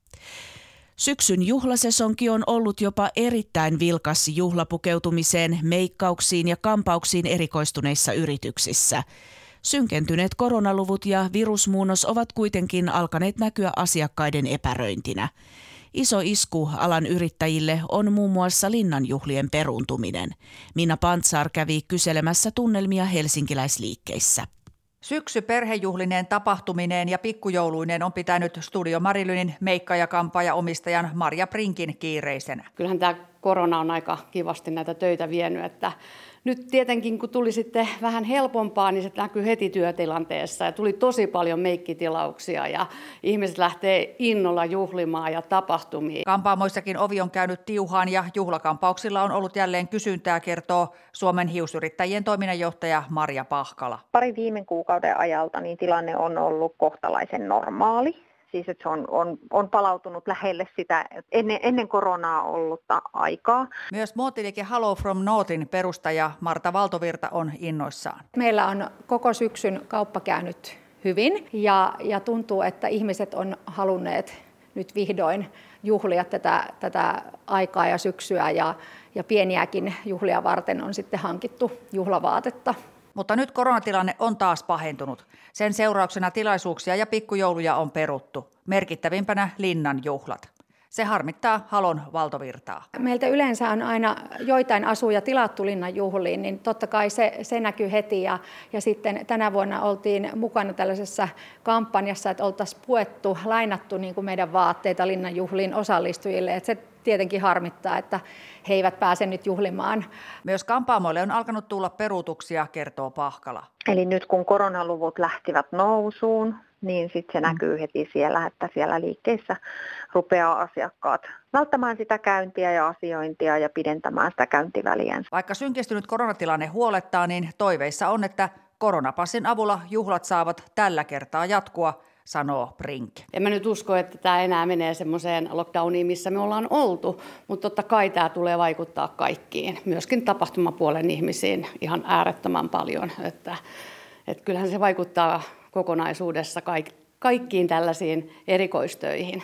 [SPEAKER 7] Syksyn juhlasesonki on ollut jopa erittäin vilkas juhlapukeutumiseen, meikkauksiin ja kampauksiin erikoistuneissa yrityksissä. Synkentyneet koronaluvut ja virusmuunnos ovat kuitenkin alkaneet näkyä asiakkaiden epäröintinä. Iso isku alan yrittäjille on muun muassa linnanjuhlien peruuntuminen. Minna Pantsar kävi kyselemässä tunnelmia helsinkiläisliikkeissä.
[SPEAKER 9] Syksy perhejuhlineen tapahtumineen ja pikkujouluineen on pitänyt Studio Marilynin meikka- ja kampaaja-omistajan Marja Prinkin kiireisenä.
[SPEAKER 10] Kyllähän tämä korona on aika kivasti näitä töitä vienyt, että nyt tietenkin kun tuli sitten vähän helpompaa, niin se näkyy heti työtilanteessa ja tuli tosi paljon meikkitilauksia ja ihmiset lähtee innolla juhlimaan ja tapahtumiin.
[SPEAKER 9] Kampaamoissakin ovi on käynyt tiuhaan ja juhlakampauksilla on ollut jälleen kysyntää, kertoo Suomen hiusyrittäjien toiminnanjohtaja Marja Pahkala.
[SPEAKER 11] Pari viime kuukauden ajalta niin tilanne on ollut kohtalaisen normaali. Siis että se on palautunut lähelle sitä ennen koronaa ollutta aikaa.
[SPEAKER 9] Myös muotiliike Hello from Northin perustaja Marta Valtovirta on innoissaan.
[SPEAKER 12] Meillä on koko syksyn kauppa käynyt hyvin ja tuntuu, että ihmiset on halunneet nyt vihdoin juhlia tätä aikaa ja syksyä ja pieniäkin juhlia varten on sitten hankittu juhlavaatetta.
[SPEAKER 9] Mutta nyt koronatilanne on taas pahentunut. Sen seurauksena tilaisuuksia ja pikkujouluja on peruttu. Merkittävimpänä linnanjuhlat. Se harmittaa Halon Valtovirtaa.
[SPEAKER 12] Meiltä yleensä on aina joitain asuja tilattu linnanjuhliin, niin totta kai se näkyy heti. Ja sitten tänä vuonna oltiin mukana tällaisessa kampanjassa, että oltaisiin lainattu niin kuin meidän vaatteita linnanjuhliin osallistujille. Että se tietenkin harmittaa, että he eivät pääse nyt juhlimaan.
[SPEAKER 9] Myös kampaamoille on alkanut tulla peruutuksia, kertoo Pahkala.
[SPEAKER 11] Eli nyt kun koronaluvut lähtivät nousuun, niin sitten se näkyy heti siellä, että siellä liikkeissä rupeaa asiakkaat välttämään sitä käyntiä ja asiointia ja pidentämään sitä käyntiväliä.
[SPEAKER 9] Vaikka synkistynyt koronatilanne huolettaa, niin toiveissa on, että koronapassin avulla juhlat saavat tällä kertaa jatkua, sanoo Brink.
[SPEAKER 10] En mä nyt usko, että tämä enää menee semmoiseen lockdowniin, missä me ollaan oltu, mutta totta kai tämä tulee vaikuttaa kaikkiin, myöskin tapahtumapuolen ihmisiin ihan äärettömän paljon, että kyllähän se vaikuttaa kokonaisuudessa kaikkiin tällaisiin erikoistöihin.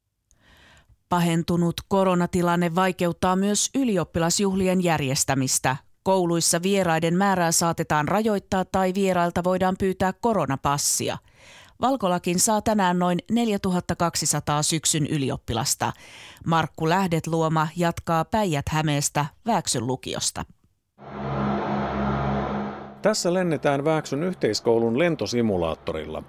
[SPEAKER 7] Pahentunut koronatilanne vaikeuttaa myös ylioppilasjuhlien järjestämistä. Kouluissa vieraiden määrää saatetaan rajoittaa tai vierailta voidaan pyytää koronapassia. Valkolakin saa tänään noin 4200 syksyn ylioppilasta. Markku Lähdetluoma jatkaa Päijät-Hämeestä Vääksyn lukiosta.
[SPEAKER 13] Tässä lennetään Vääksyn yhteiskoulun lentosimulaattorilla.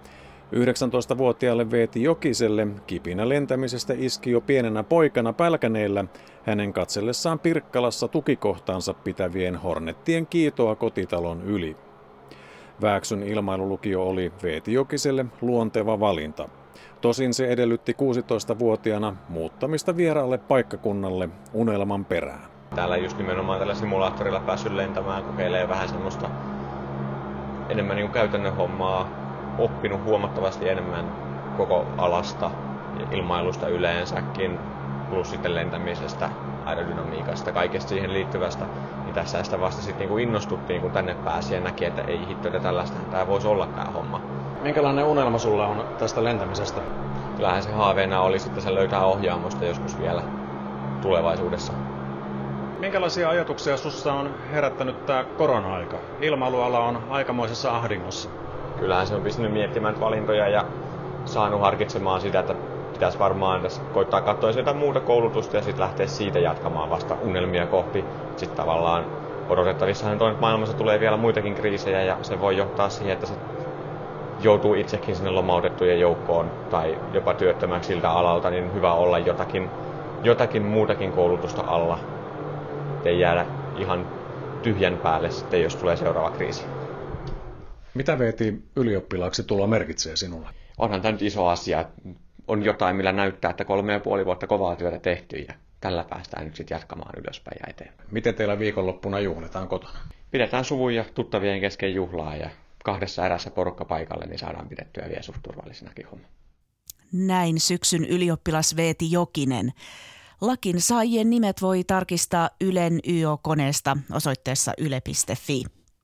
[SPEAKER 13] 19-vuotiaalle Veeti Jokiselle kipinä lentämisestä iski jo pienenä poikana Pälkäneellä hänen katsellessaan Pirkkalassa tukikohtaansa pitävien Hornettien kiitoa kotitalon yli. Vääksyn ilmailulukio oli Veeti Jokiselle luonteva valinta. Tosin se edellytti 16-vuotiaana muuttamista vieraalle paikkakunnalle unelman perään.
[SPEAKER 14] Täällä just nimenomaan tällä simulaattorilla päässyt lentämään, kokeilee vähän semmoista enemmän niin kuin käytännön hommaa, oppinut huomattavasti enemmän koko alasta ja ilmailusta yleensäkin, plus sitten lentämisestä, aerodynamiikasta, kaikesta siihen liittyvästä. Niin tässä sitä vasta sitten niin innostuttiin, kun tänne pääsi ja näki, että ei hitto, että tällaista tämä voisi ollakaan homma.
[SPEAKER 13] Minkälainen unelma sulla on tästä lentämisestä?
[SPEAKER 14] Kyllähän se haaveena oli sitten se löytää ohjaamosta joskus vielä tulevaisuudessa.
[SPEAKER 13] Minkälaisia ajatuksia sussa on herättänyt tämä korona-aika? Ilmailuala on aikamoisessa ahdingossa.
[SPEAKER 14] Kyllähän se on pistänyt miettimään valintoja ja saanut harkitsemaan sitä, että pitäisi varmaan tässä koittaa katsoa jotain muuta koulutusta ja sitten lähteä siitä jatkamaan vasta unelmia kohti. Sitten tavallaan odotettavissahan on, että maailmassa tulee vielä muitakin kriisejä ja se voi johtaa siihen, että se joutuu itsekin sinne lomautettujen joukkoon tai jopa työttömäksi siltä alalta, niin hyvä olla jotakin muutakin koulutusta alla. Ei jäädä ihan tyhjän päälle sitten, jos tulee seuraava kriisi.
[SPEAKER 13] Mitä Veeti ylioppilaaksi tulo merkitsee sinulle?
[SPEAKER 14] Onhan tämä nyt iso asia. On jotain, millä näyttää, että 3,5 vuotta kovaa työtä tehty ja tällä päästään nyt sitten jatkamaan ylöspäin ja eteenpäin.
[SPEAKER 13] Miten teillä viikonloppuna juhlitaan kotona?
[SPEAKER 14] Pidetään suvun ja tuttavien kesken juhlaa ja 2 erässä porukka paikalle, niin saadaan pidettyä vielä suht turvallisenakin homma.
[SPEAKER 7] Näin syksyn ylioppilas Veeti Jokinen. Lakin saajien nimet voi tarkistaa Ylen YO-koneesta osoitteessa yle.fi.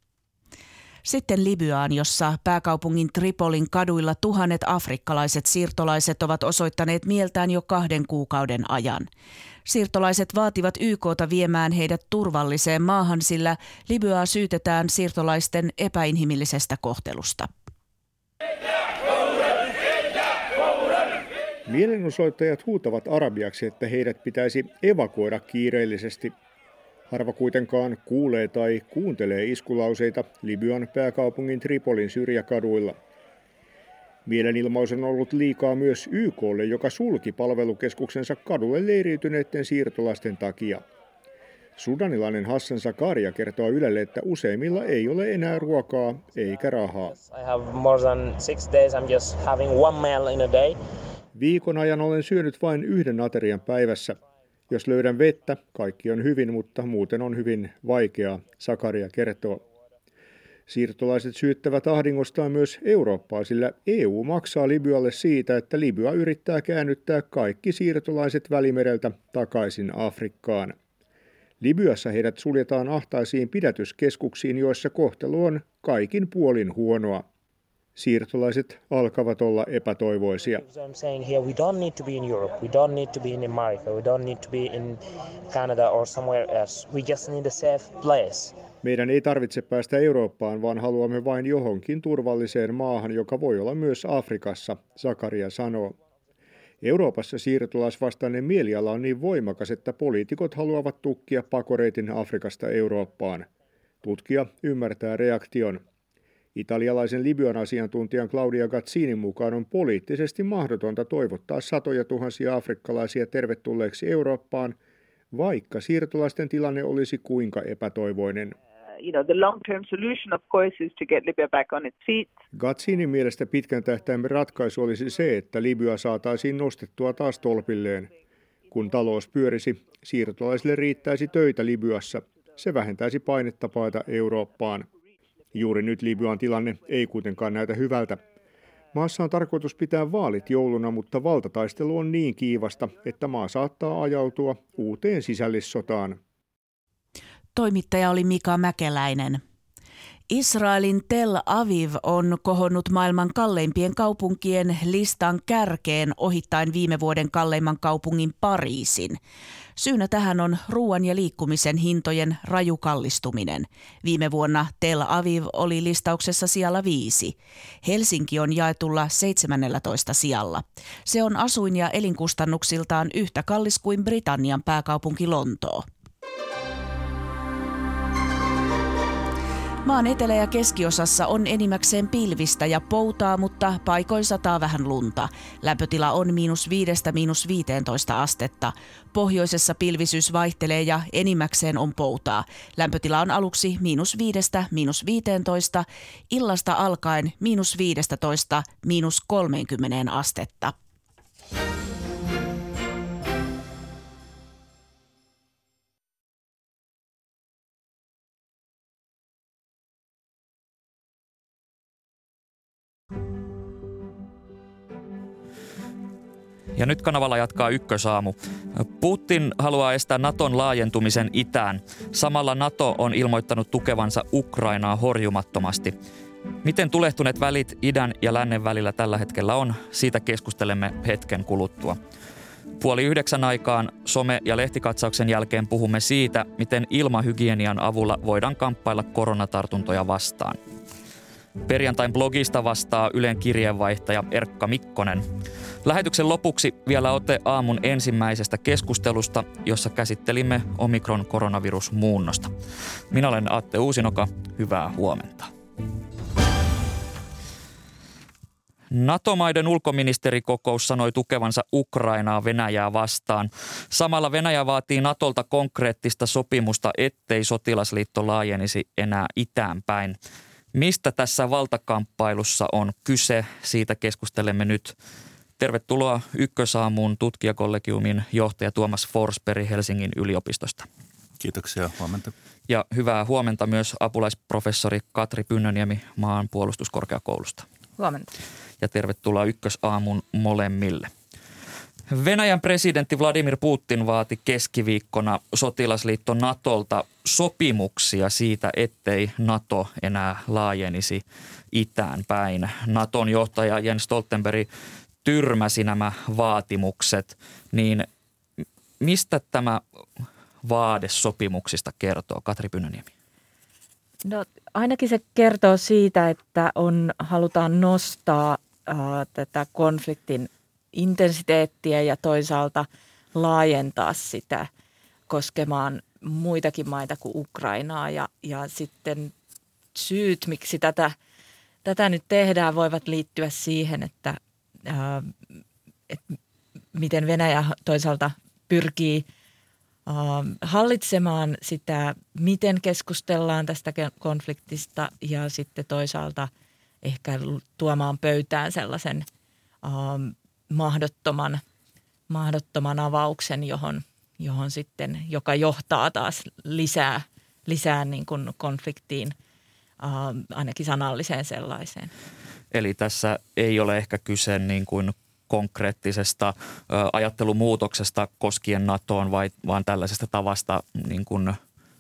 [SPEAKER 7] Sitten Libyaan, jossa pääkaupungin Tripolin kaduilla tuhannet afrikkalaiset siirtolaiset ovat osoittaneet mieltään jo 2 kuukauden ajan. Siirtolaiset vaativat YK:ta viemään heidät turvalliseen maahan, sillä Libyaa syytetään siirtolaisten epäinhimillisestä kohtelusta.
[SPEAKER 15] Mielenosoittajat huutavat arabiaksi, että heidät pitäisi evakuoida kiireellisesti. Harva kuitenkaan kuulee tai kuuntelee iskulauseita Libyan pääkaupungin Tripolin syrjäkaduilla. Mielenilmaus on ollut liikaa myös YK:lle, joka sulki palvelukeskuksensa kadulle leiriytyneiden siirtolaisten takia. Sudanilainen Hassan Zakaria kertoo Ylelle, että useimmilla ei ole enää ruokaa eikä rahaa. Viikon ajan olen syönyt vain 1 aterian päivässä. Jos löydän vettä, kaikki on hyvin, mutta muuten on hyvin vaikeaa, Zakaria kertoo. Siirtolaiset syyttävät ahdingostaan myös Eurooppaa, sillä EU maksaa Libyalle siitä, että Libya yrittää käännyttää kaikki siirtolaiset Välimereltä takaisin Afrikkaan. Libyassa heidät suljetaan ahtaisiin pidätyskeskuksiin, joissa kohtelu on kaikin puolin huonoa. Siirtolaiset alkavat olla epätoivoisia. Meidän ei tarvitse päästä Eurooppaan, vaan haluamme vain johonkin turvalliseen maahan, joka voi olla myös Afrikassa, Zakaria sanoo. Euroopassa siirtolaisvastainen mieliala on niin voimakas, että poliitikot haluavat tukkia pakoreitin Afrikasta Eurooppaan. Tutkija ymmärtää reaktion. Italialaisen Libyan asiantuntijan Claudia Gazzinin mukaan on poliittisesti mahdotonta toivottaa satoja tuhansia afrikkalaisia tervetulleeksi Eurooppaan, vaikka siirtolaisten tilanne olisi kuinka epätoivoinen. Gazzinin mielestä pitkän tähtäimen ratkaisu olisi se, että Libya saataisiin nostettua taas tolpilleen. Kun talous pyörisi, siirtolaisille riittäisi töitä Libyassa. Se vähentäisi painetta paeta Eurooppaan. Juuri nyt Libyan tilanne ei kuitenkaan näytä hyvältä. Maassa on tarkoitus pitää vaalit jouluna, mutta valtataistelu on niin kiivasta, että maa saattaa ajautua uuteen sisällissotaan.
[SPEAKER 7] Toimittaja oli Mika Mäkeläinen. Israelin Tel Aviv on kohonnut maailman kalleimpien kaupunkien listan kärkeen ohittaen viime vuoden kalleimman kaupungin Pariisin. Syynä tähän on ruoan ja liikkumisen hintojen raju kallistuminen. Viime vuonna Tel Aviv oli listauksessa sijalla 5. Helsinki on jaetulla 17 sijalla. Se on asuin- ja elinkustannuksiltaan yhtä kallis kuin Britannian pääkaupunki Lontoo. Maan etelä- ja keskiosassa on enimmäkseen pilvistä ja poutaa, mutta paikoin sataa vähän lunta. Lämpötila on -5––15 astetta. Pohjoisessa pilvisyys vaihtelee ja enimmäkseen on poutaa. Lämpötila on aluksi -5––15, illasta alkaen -15––30 astetta.
[SPEAKER 3] Ja nyt kanavalla jatkaa Ykkösaamu. Putin haluaa estää Naton laajentumisen itään. Samalla Nato on ilmoittanut tukevansa Ukrainaa horjumattomasti. Miten tulehtuneet välit idän ja lännen välillä tällä hetkellä on, siitä keskustelemme hetken kuluttua. 8:30 aikaan some- ja lehtikatsauksen jälkeen puhumme siitä, miten ilmahygienian avulla voidaan kamppailla koronatartuntoja vastaan. Perjantain blogista vastaa Ylen kirjeenvaihtaja Erkka Mikkonen. Lähetyksen lopuksi vielä ote aamun ensimmäisestä keskustelusta, jossa käsittelimme omikron-koronavirusmuunnosta. Minä olen Atte Uusinoka. Hyvää huomenta. NATO-maiden ulkoministerikokous sanoi tukevansa Ukrainaa Venäjää vastaan. Samalla Venäjä vaatii Natolta konkreettista sopimusta, ettei sotilasliitto laajenisi enää itään päin. Mistä tässä valtakamppailussa on kyse? Siitä keskustelemme nyt. Tervetuloa Ykkösaamuun tutkijakollegiumin johtaja Tuomas Forsberg Helsingin yliopistosta.
[SPEAKER 16] Kiitoksia, huomenta.
[SPEAKER 3] Ja hyvää huomenta myös apulaisprofessori Katri Pynnöniemi Maanpuolustuskorkeakoulusta.
[SPEAKER 17] Huomenta.
[SPEAKER 3] Ja tervetuloa Ykkösaamun molemmille. Venäjän presidentti Vladimir Putin vaati keskiviikkona sotilasliitto Natolta sopimuksia siitä, ettei Nato enää laajenisi itään päin. Naton johtaja Jens Stoltenberg tyrmäsi nämä vaatimukset, niin mistä tämä vaade sopimuksista kertoo, Katri Pynnöniemi?
[SPEAKER 17] No ainakin se kertoo siitä, että halutaan nostaa tätä konfliktin intensiteettiä ja toisaalta laajentaa sitä koskemaan muitakin maita kuin Ukrainaa. Ja sitten syyt, miksi tätä nyt tehdään, voivat liittyä siihen, että miten Venäjä toisaalta pyrkii hallitsemaan sitä, miten keskustellaan tästä konfliktista ja sitten toisaalta ehkä tuomaan pöytään sellaisen mahdottoman avauksen, johon sitten, joka johtaa taas lisää niin kuin konfliktiin, ainakin sanalliseen sellaiseen.
[SPEAKER 3] Eli tässä ei ole ehkä kyse niin kuin konkreettisesta ajattelumuutoksesta koskien NATOon, vaan tällaisesta tavasta niin kuin,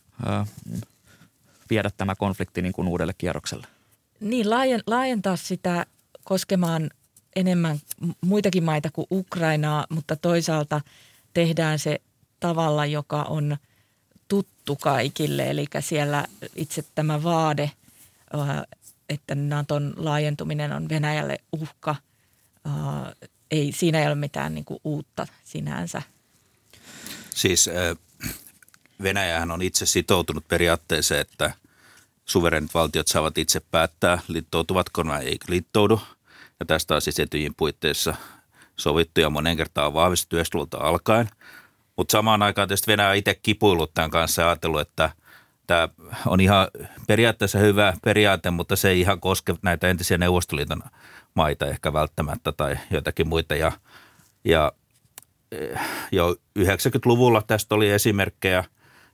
[SPEAKER 3] viedä tämä konflikti niin kuin uudelle kierrokselle.
[SPEAKER 17] Niin, laajentaa sitä koskemaan enemmän muitakin maita kuin Ukrainaa, mutta toisaalta tehdään se tavalla, joka on tuttu kaikille. Eli siellä itse tämä vaade, että Naton laajentuminen on Venäjälle uhka, siinä ei ole mitään niin kuin uutta sinänsä.
[SPEAKER 16] Siis Venäjähän on itse sitoutunut periaatteeseen, että suverenit valtiot saavat itse päättää, liittoutuvatko vai eikö liittoudu. Ja tästä on siis Etyjin puitteissa sovittu ja monen kertaan on vahvistettu 90-luvulta alkaen. Mutta samaan aikaan tietysti Venäjä on itse kipuillut tämän kanssa ja ajatellut, että tämä on ihan periaatteessa hyvä periaate, mutta se ei ihan koske näitä entisiä Neuvostoliiton maita ehkä välttämättä tai jotakin muita. Ja jo 90-luvulla tästä oli esimerkkejä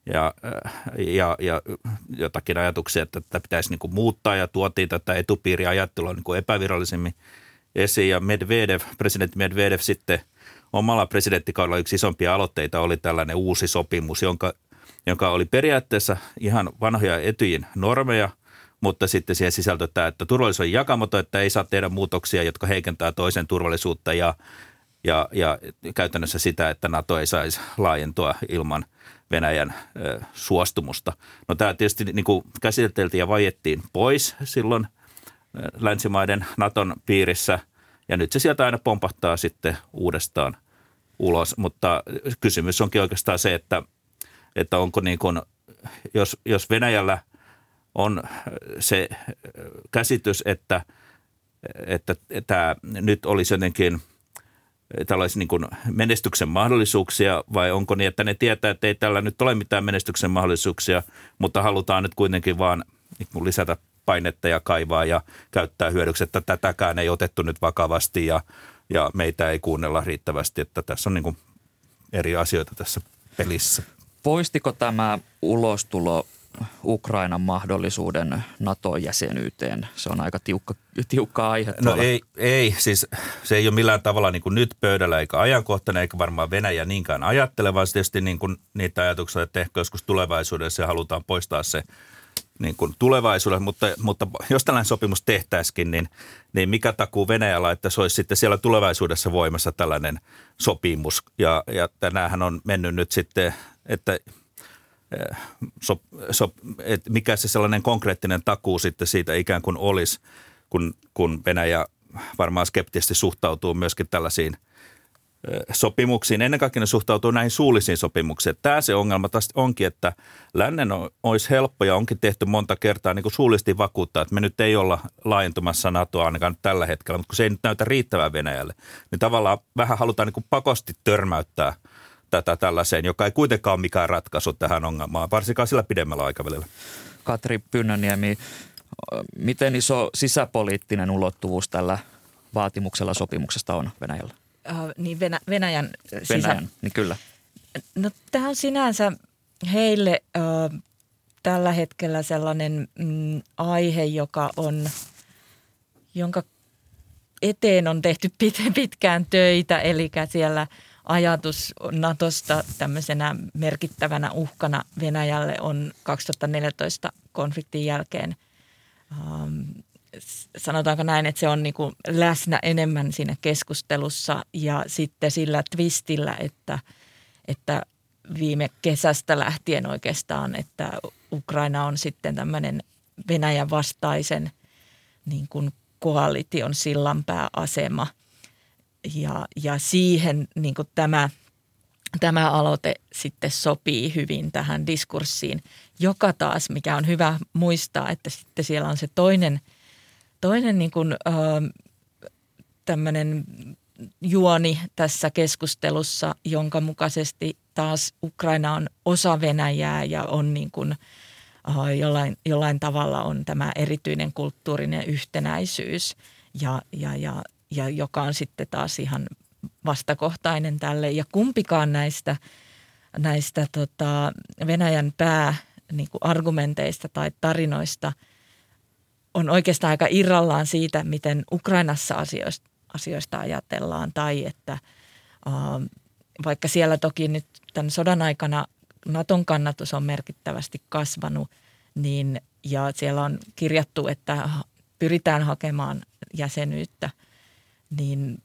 [SPEAKER 16] ja jotakin ajatuksia, että tätä pitäisi niin kuin muuttaa ja tuotiin tätä etupiiriajattelua niin kuin epävirallisemmin esiin. Ja presidentti Medvedev sitten omalla presidenttikaudella yksi isompia aloitteita oli tällainen uusi sopimus, jonka oli periaatteessa ihan vanhoja Etyjin normeja, mutta sitten siihen sisältö tämä, että turvallisuus on jakamaton, että ei saa tehdä muutoksia, jotka heikentää toisen turvallisuutta ja käytännössä sitä, että NATO ei saisi laajentua ilman Venäjän suostumusta. No tämä tietysti niin kuin käsiteltiin ja vaiettiin pois silloin länsimaiden Naton piirissä ja nyt se sieltä aina pompahtaa sitten uudestaan ulos, mutta kysymys onkin oikeastaan se, että onko niin kuin, jos Venäjällä on se käsitys, että tämä nyt olisi jotenkin tällaisia niin kuin menestyksen mahdollisuuksia, vai onko niin, että ne tietää, että ei tällä nyt ole mitään menestyksen mahdollisuuksia, mutta halutaan nyt kuitenkin vaan niin lisätä painetta ja kaivaa ja käyttää hyödyksi, että tätäkään ei otettu nyt vakavasti ja meitä ei kuunnella riittävästi, että tässä on niin kuin eri asioita tässä pelissä.
[SPEAKER 3] Poistiko tämä ulostulo Ukrainan mahdollisuuden NATO-jäsenyyteen? Se on aika tiukka aihe.
[SPEAKER 16] No ei, siis se ei ole millään tavalla niin kuin nyt pöydällä eikä ajankohtainen, eikä varmaan Venäjä niinkään ajattele, vaan tietysti niin kuin niitä ajatuksia, että ehkä joskus tulevaisuudessa halutaan poistaa se niin kuin tulevaisuudessa, mutta jos tällainen sopimus tehtäisikin, niin mikä takuu Venäjällä, että se olisi sitten siellä tulevaisuudessa voimassa tällainen sopimus. Ja tänäänhän on mennyt nyt sitten, että mikä se sellainen konkreettinen takuu sitten siitä ikään kuin olisi, kun Venäjä varmaan skeptisesti suhtautuu myöskin tällaisiin sopimuksiin. Ennen kaikkea ne suhtautuu näihin suullisiin sopimuksiin. Tämä se ongelma tästä onkin, että lännen olisi helppo ja onkin tehty monta kertaa niin kuin suullisesti vakuuttaa, että me nyt ei olla laajentumassa NATOa ainakaan tällä hetkellä, mutta kun se ei nyt näytä riittävän Venäjälle, niin tavallaan vähän halutaan niin kuin pakosti törmäyttää tätä tällaiseen, joka ei kuitenkaan ole mikään ratkaisu tähän ongelmaan, varsinkaan sillä pidemmällä aikavälillä.
[SPEAKER 3] Katri Pynnöniemi, miten iso sisäpoliittinen ulottuvuus tällä vaatimuksella sopimuksesta on Venäjällä?
[SPEAKER 17] Niin Venäjän,
[SPEAKER 3] niin kyllä.
[SPEAKER 17] No tämä on sinänsä heille tällä hetkellä sellainen aihe, jonka eteen on tehty pitkään töitä, eli siellä ajatus NATOsta tämmöisenä merkittävänä uhkana Venäjälle on 2014 konfliktin jälkeen sanotaanko näin, että se on niin kuin läsnä enemmän siinä keskustelussa ja sitten sillä twistillä, että viime kesästä lähtien oikeastaan, että Ukraina on sitten tämmöinen Venäjän vastaisen niin kuin koalition sillanpääasema ja siihen niin kuin tämä aloite sitten sopii hyvin tähän diskurssiin, joka taas, mikä on hyvä muistaa, että sitten siellä on se toinen niin kuin, tämmöinen juoni tässä keskustelussa, jonka mukaisesti taas Ukraina on osa Venäjää ja on niin kuin, jollain tavalla on tämä erityinen kulttuurinen yhtenäisyys ja joka on sitten taas ihan vastakohtainen tälle. Ja kumpikaan näistä Venäjän niin kuin argumenteista tai tarinoista on oikeastaan aika irrallaan siitä, miten Ukrainassa asioista ajatellaan tai että vaikka siellä toki nyt tämän sodan aikana Naton kannatus on merkittävästi kasvanut niin, ja siellä on kirjattu, että pyritään hakemaan jäsenyyttä, niin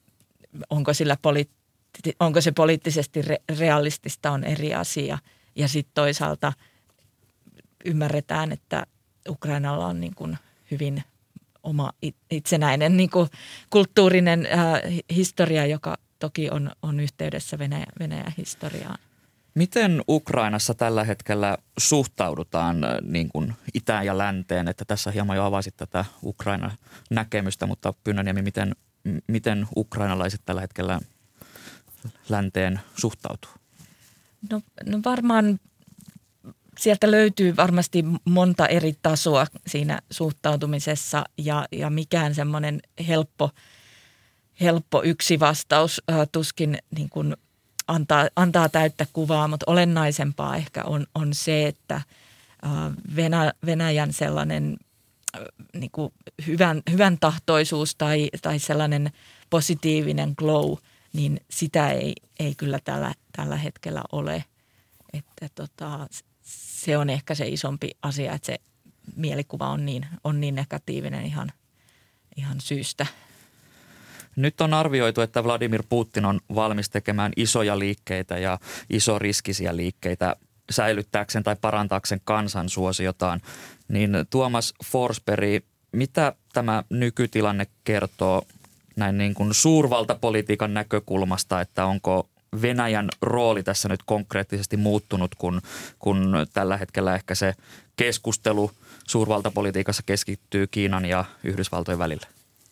[SPEAKER 17] onko se poliittisesti realistista on eri asia. Ja sitten toisaalta ymmärretään, että Ukrainalla on niin kuin hyvin oma itsenäinen niin kuin kulttuurinen historia, joka toki on yhteydessä Venäjän historiaan.
[SPEAKER 3] Miten Ukrainassa tällä hetkellä suhtaudutaan niin kuin itään ja länteen? Että tässä hieman jo avasit tätä Ukrainan näkemystä, mutta Pynnöniemi, miten ukrainalaiset tällä hetkellä länteen suhtautuu?
[SPEAKER 17] No varmaan sieltä löytyy varmasti monta eri tasoa siinä suhtautumisessa ja mikään semmoinen helppo yksi vastaus tuskin niin kuin antaa täyttä kuvaa, mutta olennaisempaa ehkä on se, että Venäjän sellainen niin kuin hyvän tahtoisuus tai sellainen positiivinen glow, niin sitä ei kyllä tällä hetkellä ole. Että se on ehkä se isompi asia, että se mielikuva on niin negatiivinen ihan syystä.
[SPEAKER 3] Nyt on arvioitu, että Vladimir Putin on valmis tekemään isoja liikkeitä ja isoriskisiä liikkeitä säilyttääkseen tai parantaakseen kansansuosiotaan. Niin Tuomas Forsberg, mitä tämä nykytilanne kertoo näin niin kuin suurvaltapolitiikan näkökulmasta, että onko Venäjän rooli tässä nyt konkreettisesti muuttunut, kun tällä hetkellä ehkä se keskustelu suurvaltapolitiikassa keskittyy Kiinan ja Yhdysvaltojen välillä?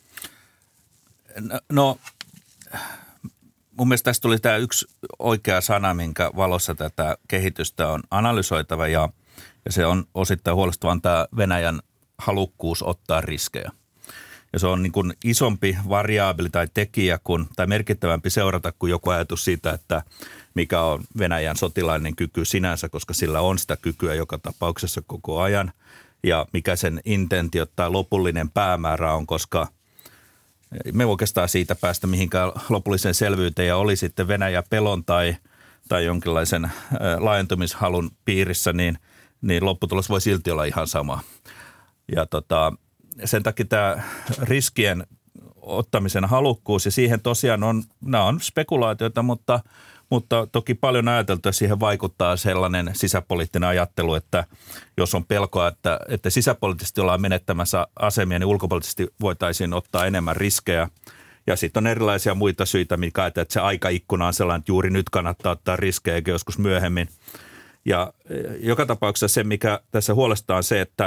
[SPEAKER 16] No mun mielestä tässä tuli tämä yksi oikea sana, minkä valossa tätä kehitystä on analysoitava ja se on osittain huolestuvan tämä Venäjän halukkuus ottaa riskejä. Ja se on niin kuin isompi variaabili tai tekijä tai merkittävämpi seurata kuin joku ajatus siitä, että mikä on Venäjän sotilainen kyky sinänsä, koska sillä on sitä kykyä joka tapauksessa koko ajan. Ja mikä sen intentio tai lopullinen päämäärä on, koska me oikeastaan siitä päästä mihinkään lopulliseen selvyyteen ja oli sitten Venäjä pelon tai jonkinlaisen laajentumishalun piirissä, niin lopputulos voi silti olla ihan sama. Ja sen takia tämä riskien ottamisen halukkuus ja siihen tosiaan nämä on spekulaatioita, mutta toki paljon ajateltu, että siihen vaikuttaa sellainen sisäpoliittinen ajattelu, että jos on pelkoa, että sisäpoliittisesti ollaan menettämässä asemia, niin ulkopoliittisesti voitaisiin ottaa enemmän riskejä. Ja sitten on erilaisia muita syitä, mikä ajattelee, että se aikaikkuna on sellainen, että juuri nyt kannattaa ottaa riskejä eikä joskus myöhemmin. Ja joka tapauksessa se, mikä tässä huolestaa on se, että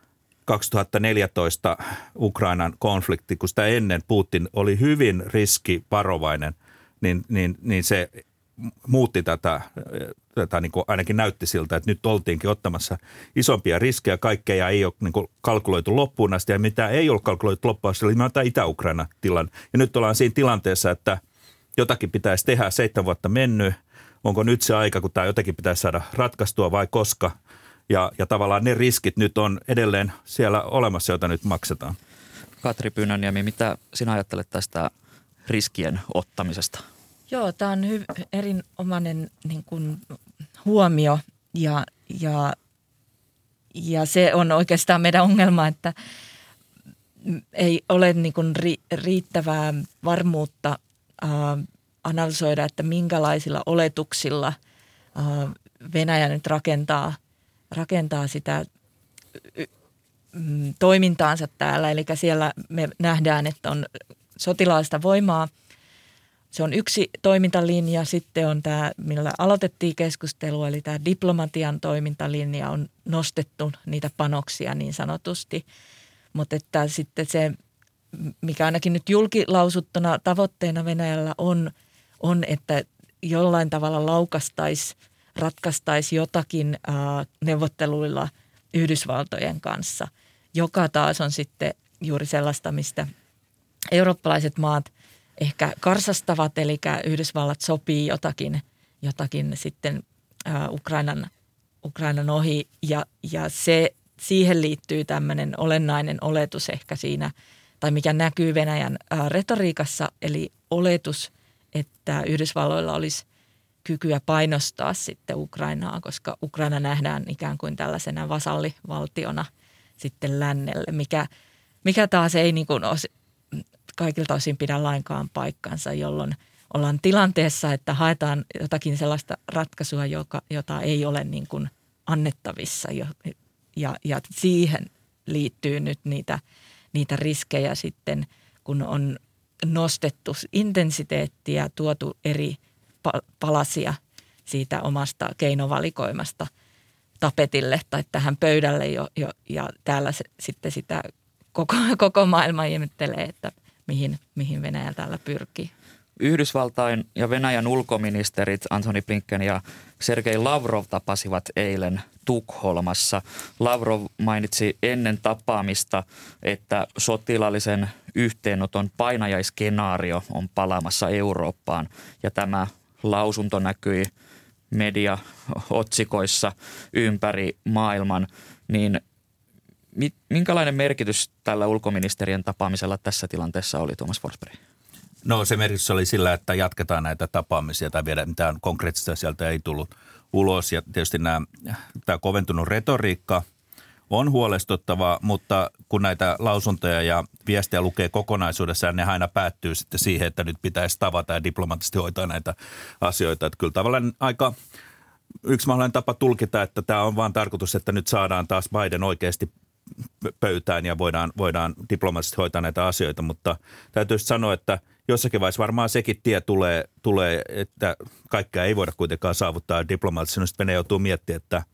[SPEAKER 16] 2014 Ukrainan konflikti, kun sitä ennen Putin oli hyvin riskivarovainen, niin se muutti tätä niin kuin ainakin näytti siltä, että nyt oltiinkin ottamassa isompia riskejä. Kaikkea ei ole niin kuin kalkuloitu loppuun asti ja mitä ei ole kalkuloitu loppuun asti, oli tämä Itä-Ukrainan tilanne. Ja nyt ollaan siinä tilanteessa, että jotakin pitäisi tehdä, 7 vuotta mennyt. Onko nyt se aika, kun tämä jotakin pitäisi saada ratkaistua vai koska? Ja tavallaan ne riskit nyt on edelleen siellä olemassa, joita nyt maksetaan.
[SPEAKER 3] Katri Pyynäniemi, mitä sinä ajattelet tästä riskien ottamisesta?
[SPEAKER 17] Joo, tämä on erinomainen niin kuin huomio ja se on oikeastaan meidän ongelma, että ei ole niin kuin riittävää varmuutta analysoida, että minkälaisilla oletuksilla Venäjä nyt rakentaa sitä toimintaansa täällä. Eli siellä me nähdään, että on sotilaallista voimaa. Se on yksi toimintalinja. Sitten on tämä, millä aloitettiin keskustelu, eli tämä diplomatian toimintalinja on nostettu niitä panoksia niin sanotusti. Mutta että sitten se, mikä ainakin nyt julkilausuttuna tavoitteena Venäjällä on että jollain tavalla ratkaistaisi jotakin neuvotteluilla Yhdysvaltojen kanssa, joka taas on sitten juuri sellaista, mistä eurooppalaiset maat ehkä karsastavat, eli Yhdysvallat sopii jotakin sitten Ukrainan ohi ja siihen liittyy tämmöinen olennainen oletus ehkä siinä, tai mikä näkyy Venäjän retoriikassa, eli oletus, että Yhdysvalloilla olisi kykyä painostaa sitten Ukrainaa, koska Ukraina nähdään ikään kuin tällaisena vasallivaltiona sitten lännelle, mikä taas ei niin kuin kaikilta osin pidä lainkaan paikkansa, jolloin ollaan tilanteessa, että haetaan jotakin sellaista ratkaisua, jota ei ole niin kuin annettavissa ja siihen liittyy nyt niitä riskejä sitten, kun on nostettu intensiteettiä, tuotu eri palasia siitä omasta keinovalikoimasta tapetille tai tähän pöydälle ja täällä sitten sitä koko maailma ihmettelee, että mihin Venäjä täällä pyrkii.
[SPEAKER 3] Yhdysvaltain ja Venäjän ulkoministerit Antony Blinken ja Sergei Lavrov tapasivat eilen Tukholmassa. Lavrov mainitsi ennen tapaamista, että sotilaallisen yhteenoton painajaiskenaario on palaamassa Eurooppaan ja tämä lausunto näkyi mediaotsikoissa ympäri maailman, niin minkälainen merkitys tällä ulkoministerien tapaamisella tässä tilanteessa oli, Tuomas Forsberg?
[SPEAKER 16] No se merkitys oli sillä, että jatketaan näitä tapaamisia tai vielä mitään konkreettista sieltä ei tullut ulos. Ja tietysti tämä koventunut retoriikka on huolestuttavaa, mutta kun näitä lausuntoja ja viestejä lukee kokonaisuudessaan, ne aina päättyy sitten siihen, että nyt pitäisi tavata ja diplomaattisesti hoitaa näitä asioita. Että kyllä tavallaan aika yksi mahdollinen tapa tulkita, että tämä on vaan tarkoitus, että nyt saadaan taas Biden oikeasti pöytään ja voidaan diplomaattisesti hoitaa näitä asioita, mutta täytyy sanoa, että jossakin vaiheessa varmaan sekin tie tulee, että kaikkea ei voida kuitenkaan saavuttaa diplomaattisesti. Sitten Venäjä joutuu miettimään, että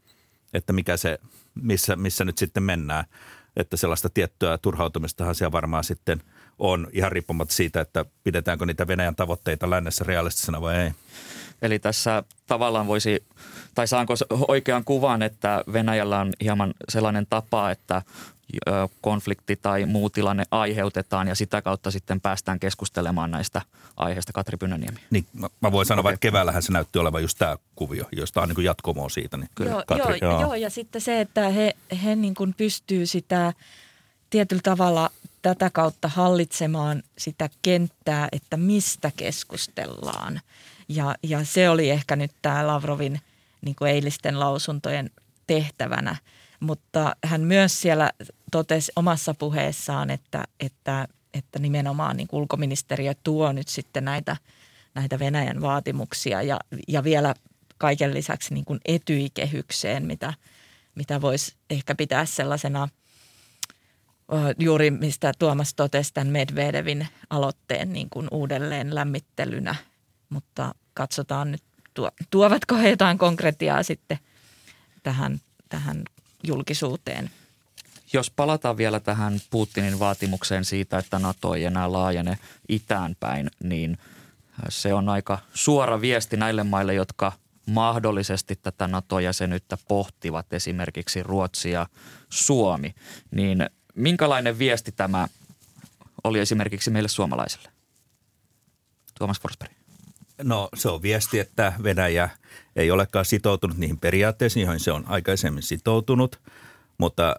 [SPEAKER 16] että missä nyt sitten mennään. Että sellaista tiettyä turhautumistahan siellä varmaan sitten on ihan riippumatta siitä, että pidetäänkö niitä Venäjän tavoitteita lännessä realistisena vai ei.
[SPEAKER 3] Eli tässä tavallaan tai saanko oikean kuvan, että Venäjällä on hieman sellainen tapa, että konflikti tai muu tilanne aiheutetaan ja sitä kautta sitten päästään keskustelemaan näistä aiheista. Katri Pynnöniemi.
[SPEAKER 16] Niin, mä voin sanoa, että keväällähän se näytti olevan just tämä kuvio, josta on niin kuin jatkomoa siitä. Niin.
[SPEAKER 17] Joo, ja sitten se, että he niin kuin pystyy sitä tietyllä tavalla tätä kautta hallitsemaan sitä kenttää, että mistä keskustellaan. Ja se oli ehkä nyt tämä Lavrovin niin kuin eilisten lausuntojen tehtävänä. Mutta hän myös siellä totesi omassa puheessaan, että nimenomaan niin kuin ulkoministeriö tuo nyt sitten näitä Venäjän vaatimuksia ja vielä kaiken lisäksi niin kuin Etyj-kehykseen, mitä voisi ehkä pitää sellaisena juuri mistä Tuomas totesi tämän Medvedevin aloitteen niin kuin uudelleen lämmittelynä. Mutta katsotaan nyt, tuovatko he jotain konkretiaa sitten tähän julkisuuteen.
[SPEAKER 3] Jos palataan vielä tähän Putinin vaatimukseen siitä, että NATO ei enää laajene itään päin, niin se on aika suora viesti näille maille, jotka mahdollisesti tätä NATO-jäsenyyttä pohtivat, esimerkiksi Ruotsi ja Suomi. Niin minkälainen viesti tämä oli esimerkiksi meille suomalaisille? Tuomas Forsberg.
[SPEAKER 16] No se on viesti, että Venäjä ei olekaan sitoutunut niihin periaatteisiin, joihin se on aikaisemmin sitoutunut, mutta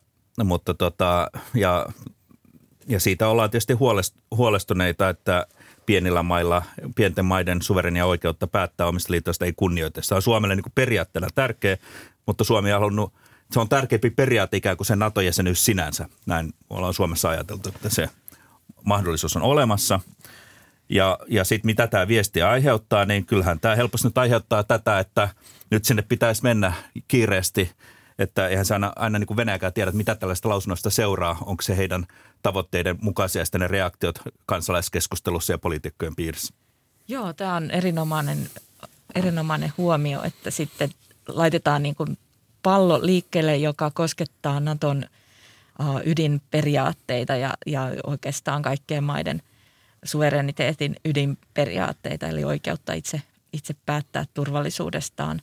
[SPEAKER 16] siitä ollaan tietysti huolestuneita, että pienillä mailla, pienten maiden suverenia oikeutta päättää omista liitoista ei kunnioita. Se on Suomelle niin kuin periaatteena tärkeä, mutta Suomi on halunnut, se on tärkeämpi periaate ikään kuin se NATO-jäsenyys sinänsä. Näin ollaan Suomessa ajateltu, että se mahdollisuus on olemassa. Ja sitten mitä tämä viesti aiheuttaa, niin kyllähän tämä helposti nyt aiheuttaa tätä, että nyt sinne pitäisi mennä kiireesti, että eihän se aina niin kuin Venäjäkään tiedä, että mitä tällaista lausunnosta seuraa, onko se heidän tavoitteiden mukaisia sitten ne reaktiot kansalaiskeskustelussa ja poliitikkojen piirissä.
[SPEAKER 17] Joo, tämä on erinomainen huomio, että sitten laitetaan niin kuin pallo liikkeelle, joka koskettaa Naton ydinperiaatteita ja oikeastaan kaikkien maiden suvereniteetin ydinperiaatteita, eli oikeutta itse päättää turvallisuudestaan.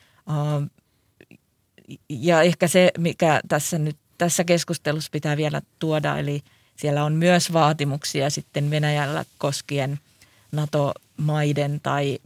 [SPEAKER 17] Ja ehkä se, mikä tässä keskustelussa pitää vielä tuoda, eli siellä on myös vaatimuksia sitten Venäjällä koskien NATO-maiden tai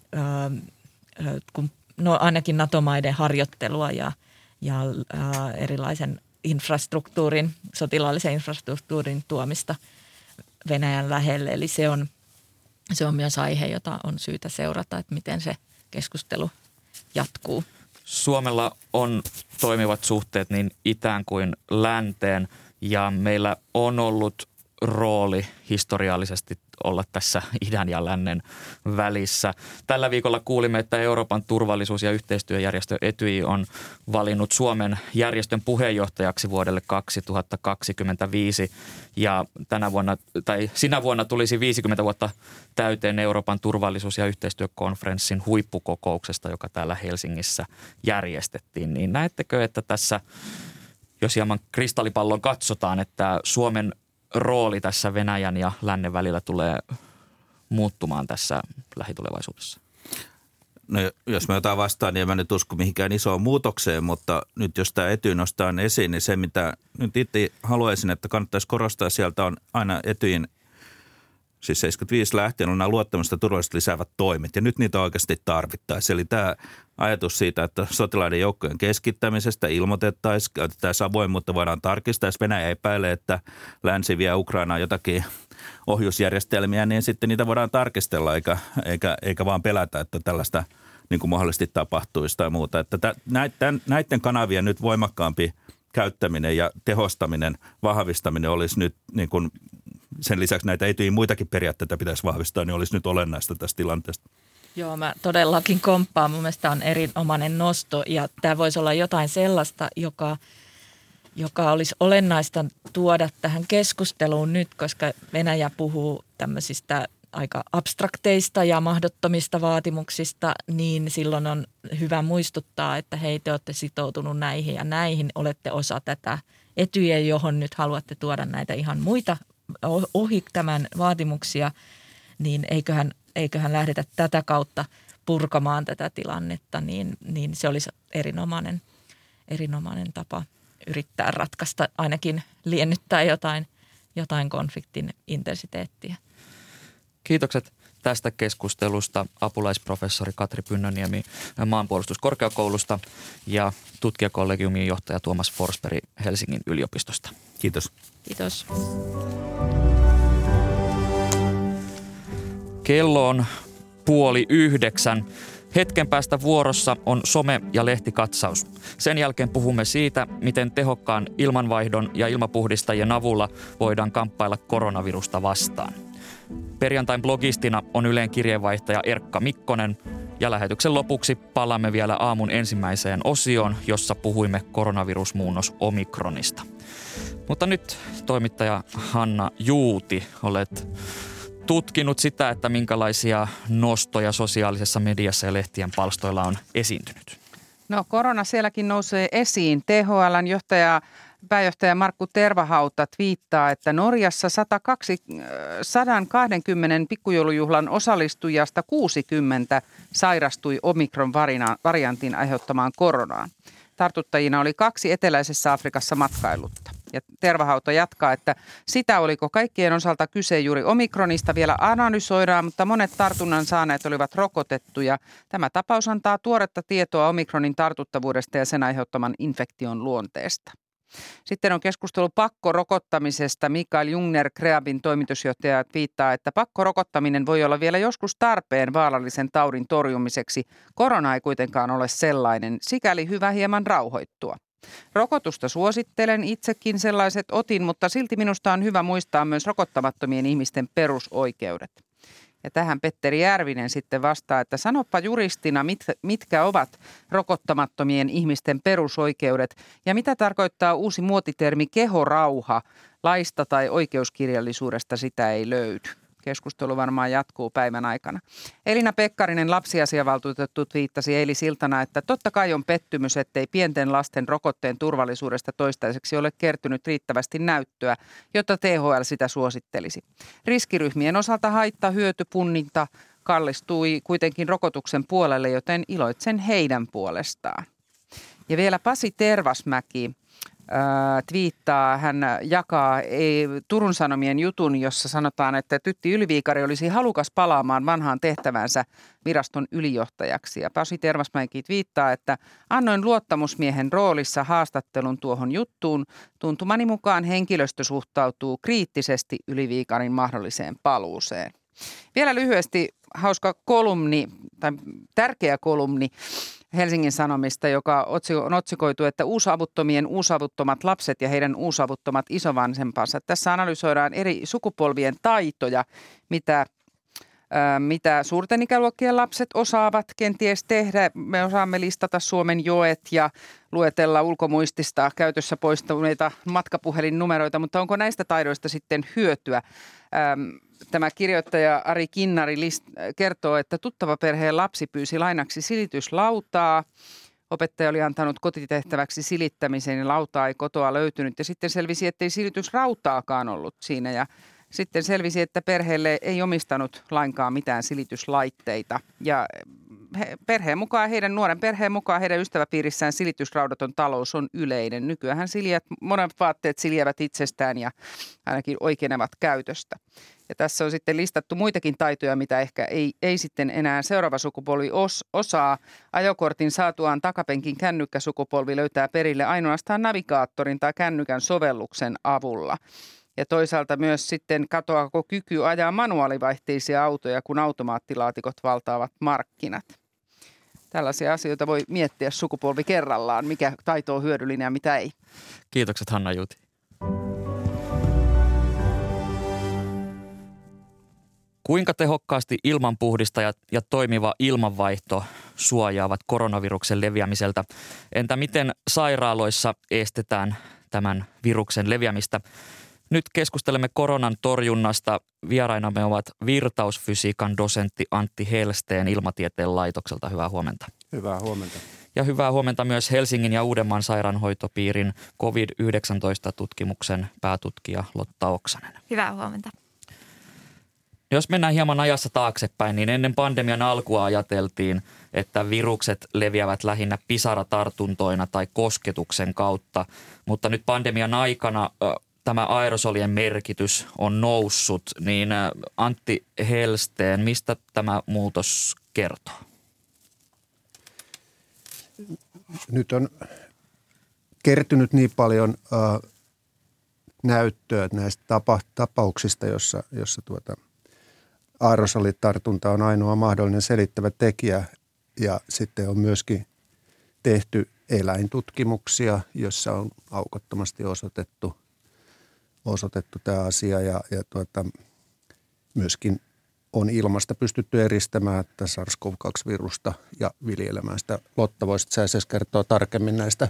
[SPEAKER 17] ainakin NATO-maiden harjoittelua ja erilaisen infrastruktuurin, sotilaallisen infrastruktuurin tuomista Venäjän lähelle. Eli se on myös aihe, jota on syytä seurata, että miten se keskustelu jatkuu.
[SPEAKER 3] Suomella on toimivat suhteet niin itään kuin länteen ja meillä on ollut rooli historiallisesti olla tässä idän ja lännen välissä. Tällä viikolla kuulimme, että Euroopan turvallisuus- ja yhteistyöjärjestö Etyj on valinnut Suomen järjestön puheenjohtajaksi vuodelle 2025 ja sinä vuonna tulisi 50 vuotta täyteen Euroopan turvallisuus- ja yhteistyökonferenssin huippukokouksesta, joka täällä Helsingissä järjestettiin. Niin näettekö, että tässä, jos hieman kristallipallon katsotaan, että Suomen rooli tässä Venäjän ja lännen välillä tulee muuttumaan tässä lähitulevaisuudessa?
[SPEAKER 16] No jos me jotain vastaan, niin en mä nyt usko mihinkään isoon muutokseen, mutta nyt jos tämä Etyj nostaa esiin, niin se mitä nyt itse haluaisin, että kannattaisi korostaa, sieltä on aina Etyjin, siis 75 lähtien on nämä luottamusta turvallisuutta lisäävät toimet ja nyt niitä oikeasti tarvittaisiin. Eli tämä ajatus siitä, että sotilaiden joukkojen keskittämisestä ilmoitettaisiin, käytettäisiin avoimuutta, voidaan tarkistaa. Jos Venäjä epäilee, että länsi vie Ukrainaan jotakin ohjusjärjestelmiä, niin sitten niitä voidaan tarkistella eikä vaan pelätä, että tällaista niin kuin mahdollisesti tapahtuisi tai muuta. Että näiden kanavien nyt voimakkaampi käyttäminen ja tehostaminen, vahvistaminen olisi nyt niin kuin sen lisäksi näitä Etyjin muitakin periaatteita pitäisi vahvistaa, niin olisi nyt olennaista tästä tilanteesta.
[SPEAKER 17] Joo, mä todellakin komppaan. Mun mielestä on erinomainen nosto ja tämä voisi olla jotain sellaista, joka olisi olennaista tuoda tähän keskusteluun nyt, koska Venäjä puhuu tämmöisistä aika abstrakteista ja mahdottomista vaatimuksista, niin silloin on hyvä muistuttaa, että hei, te olette sitoutunut näihin ja näihin, olette osa tätä etyjä, johon nyt haluatte tuoda näitä ihan muita ohi tämän vaatimuksia, niin eiköhän lähdetä tätä kautta purkamaan tätä tilannetta, niin se olisi erinomainen tapa yrittää ratkaista, ainakin liennyttää jotain konfliktin intensiteettiä.
[SPEAKER 3] Kiitokset tästä keskustelusta apulaisprofessori Katri Pynnöniemi Maanpuolustuskorkeakoulusta ja tutkijakollegiumin johtaja Tuomas Forsberg Helsingin yliopistosta.
[SPEAKER 16] Kiitos.
[SPEAKER 17] Kiitos.
[SPEAKER 3] Kello on 8:30. Hetken päästä vuorossa on some- ja lehtikatsaus. Sen jälkeen puhumme siitä, miten tehokkaan ilmanvaihdon ja ilmapuhdistajien avulla voidaan kamppailla koronavirusta vastaan. Perjantain blogistina on Ylen kirjeenvaihtaja Erkka Mikkonen ja lähetyksen lopuksi palaamme vielä aamun ensimmäiseen osioon, jossa puhuimme koronavirusmuunnos Omikronista. Mutta nyt toimittaja Hanna Juuti, olet tutkinut sitä, että minkälaisia nostoja sosiaalisessa mediassa ja lehtien palstoilla on esiintynyt.
[SPEAKER 4] No korona sielläkin nousee esiin. THL:n pääjohtaja Markku Tervahauta twiittaa, että Norjassa 120 pikkujoulujuhlan osallistujasta 60 sairastui Omikron-variantin aiheuttamaan koronaan. Tartuttajina oli 2 eteläisessä Afrikassa matkailutta. Ja Tervahauta jatkaa, että sitä oliko kaikkien osalta kyse juuri Omikronista vielä analysoidaan, mutta monet tartunnan saaneet olivat rokotettuja. Tämä tapaus antaa tuoretta tietoa Omikronin tartuttavuudesta ja sen aiheuttaman infektion luonteesta. Sitten on keskustelu pakkorokottamisesta. Mikael Jungner, Kreabin toimitusjohtaja, viittaa, että pakkorokottaminen voi olla vielä joskus tarpeen vaarallisen taudin torjumiseksi. Korona ei kuitenkaan ole sellainen, sikäli hyvä hieman rauhoittua. Rokotusta suosittelen, itsekin sellaiset otin, mutta silti minusta on hyvä muistaa myös rokottamattomien ihmisten perusoikeudet. Ja tähän Petteri Järvinen sitten vastaa, että sanoppa juristina, mitkä ovat rokottamattomien ihmisten perusoikeudet ja mitä tarkoittaa uusi muotitermi kehorauha. Laista tai oikeuskirjallisuudesta sitä ei löydy. Keskustelu varmaan jatkuu päivän aikana. Elina Pekkarinen, lapsiasiavaltuutettu, twiittasi eilisiltana, että totta kai on pettymys, ettei pienten lasten rokotteen turvallisuudesta toistaiseksi ole kertynyt riittävästi näyttöä, jotta THL sitä suosittelisi. Riskiryhmien osalta haitta-hyötypunninta kallistui kuitenkin rokotuksen puolelle, joten iloitsen heidän puolestaan. Ja vielä Pasi Tervasmäki twiittaa, hän jakaa Turun Sanomien jutun, jossa sanotaan, että Tytti Yli-Viikari olisi halukas palaamaan vanhaan tehtävänsä viraston ylijohtajaksi. Ja Pasi Tervasmäki twiittaa, että annoin luottamusmiehen roolissa haastattelun tuohon juttuun. Tuntumani mukaan henkilöstö suhtautuu kriittisesti Yli-Viikarin mahdolliseen paluuseen. Vielä lyhyesti hauska kolumni tai tärkeä kolumni Helsingin Sanomista, joka on otsikoitu, että uusavuttomien uusavuttomat lapset ja heidän uusavuttomat isovanhempansa. Tässä analysoidaan eri sukupolvien taitoja, mitä suurten ikäluokkien lapset osaavat kenties tehdä. Me osaamme listata Suomen joet ja luetella ulkomuistista käytössä poistuneita matkapuhelinnumeroita, mutta onko näistä taidoista sitten hyötyä? Tämä kirjoittaja Ari Kinnari kertoo, että tuttava perheen lapsi pyysi lainaksi silityslautaa. Opettaja oli antanut kotitehtäväksi silittämisen ja lautaa ei kotoa löytynyt ja sitten selvisi, ettei silitysrautaakaan ollut siinä ja sitten selvisi, että perheelle ei omistanut lainkaan mitään silityslaitteita ja nuoren perheen mukaan heidän ystäväpiirissään silitysraudaton talous on yleinen. Nykyään monet vaatteet siljeävät itsestään ja ainakin oikenevat käytöstä. Ja tässä on sitten listattu muitakin taitoja, mitä ehkä ei sitten enää seuraava sukupolvi osaa. Ajokortin saatuaan takapenkin kännykkäsukupolvi löytää perille ainoastaan navigaattorin tai kännykän sovelluksen avulla. Ja toisaalta myös sitten katoako kyky ajaa manuaalivaihteisia autoja, kun automaattilaatikot valtaavat markkinat. Tällaisia asioita voi miettiä sukupolvi kerrallaan, mikä taito on hyödyllinen ja mitä ei.
[SPEAKER 3] Kiitokset Hanna Juuti. Kuinka tehokkaasti ilmanpuhdistajat ja toimiva ilmanvaihto suojaavat koronaviruksen leviämiseltä? Entä miten sairaaloissa estetään tämän viruksen leviämistä? Nyt keskustelemme koronan torjunnasta. Vierainamme ovat virtausfysiikan dosentti Antti Helsteen Ilmatieteen laitokselta. Hyvää huomenta.
[SPEAKER 18] Hyvää huomenta.
[SPEAKER 3] Ja hyvää huomenta myös Helsingin ja Uudenmaan sairaanhoitopiirin COVID-19-tutkimuksen päätutkija Lotta Oksanen.
[SPEAKER 19] Hyvää huomenta.
[SPEAKER 3] Jos mennään hieman ajassa taaksepäin, niin ennen pandemian alkua ajateltiin, että virukset leviävät lähinnä pisaratartuntoina tai kosketuksen kautta, mutta nyt pandemian aikana tämä aerosolien merkitys on noussut, niin Antti Helsteen, mistä tämä muutos kertoo?
[SPEAKER 18] Nyt on kertynyt niin paljon näyttöä näistä tapauksista, jossa aerosolitartunta on ainoa mahdollinen selittävä tekijä, ja sitten on myöskin tehty eläintutkimuksia, jossa on aukottomasti osoitettu tämä asia ja myöskin on ilmasta pystytty eristämään että SARS-CoV-2-virusta ja viljelemään sitä. Lotta, voisit sä siis kertoa tarkemmin näistä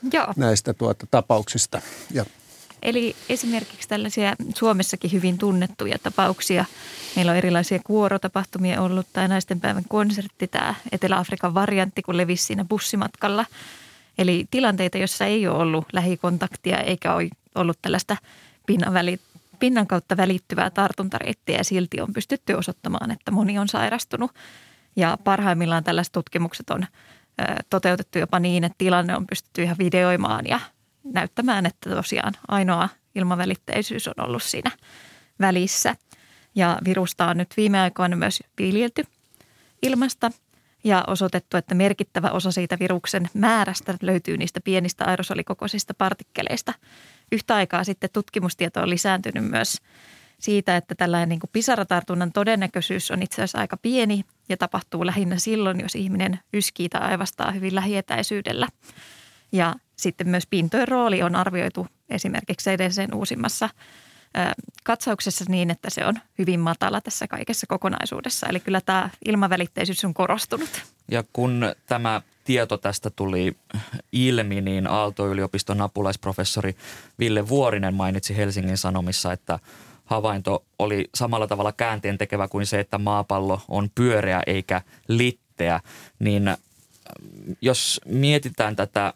[SPEAKER 18] tapauksista? Ja.
[SPEAKER 19] Eli esimerkiksi tällaisia Suomessakin hyvin tunnettuja tapauksia. Meillä on erilaisia kuorotapahtumia ollut, tai naistenpäivän konsertti, tämä Etelä-Afrikan variantti, kun levisi siinä bussimatkalla. Eli tilanteita, joissa ei ole ollut lähikontaktia eikä ole ollut tällaista pinnan kautta välittyvää tartuntareittiä, ja silti on pystytty osoittamaan, että moni on sairastunut. Ja parhaimmillaan tällaiset tutkimukset on toteutettu jopa niin, että tilanne on pystytty ihan videoimaan ja näyttämään, että tosiaan ainoa ilmavälitteisyys on ollut siinä välissä. Ja virusta on nyt viime aikoina myös viljelty ilmasta ja osoitettu, että merkittävä osa siitä viruksen määrästä löytyy niistä pienistä aerosolikokoisista partikkeleista. Yhtä aikaa sitten tutkimustieto on lisääntynyt myös siitä, että tällainen niin kuin pisaratartunnan todennäköisyys on itse asiassa aika pieni ja tapahtuu lähinnä silloin, jos ihminen yskii tai aivastaa hyvin lähietäisyydellä. Ja sitten myös pintojen rooli on arvioitu esimerkiksi CDC:n uusimmassa katsauksessa niin, että se on hyvin matala tässä kaikessa kokonaisuudessa. Eli kyllä tämä ilmavälitteisyys on korostunut.
[SPEAKER 3] Ja kun tämä tieto tästä tuli ilmi, niin Aalto-yliopiston apulaisprofessori Ville Vuorinen mainitsi Helsingin Sanomissa, että havainto oli samalla tavalla käänteen tekevä kuin se, että maapallo on pyöreä eikä litteä. Niin jos mietitään tätä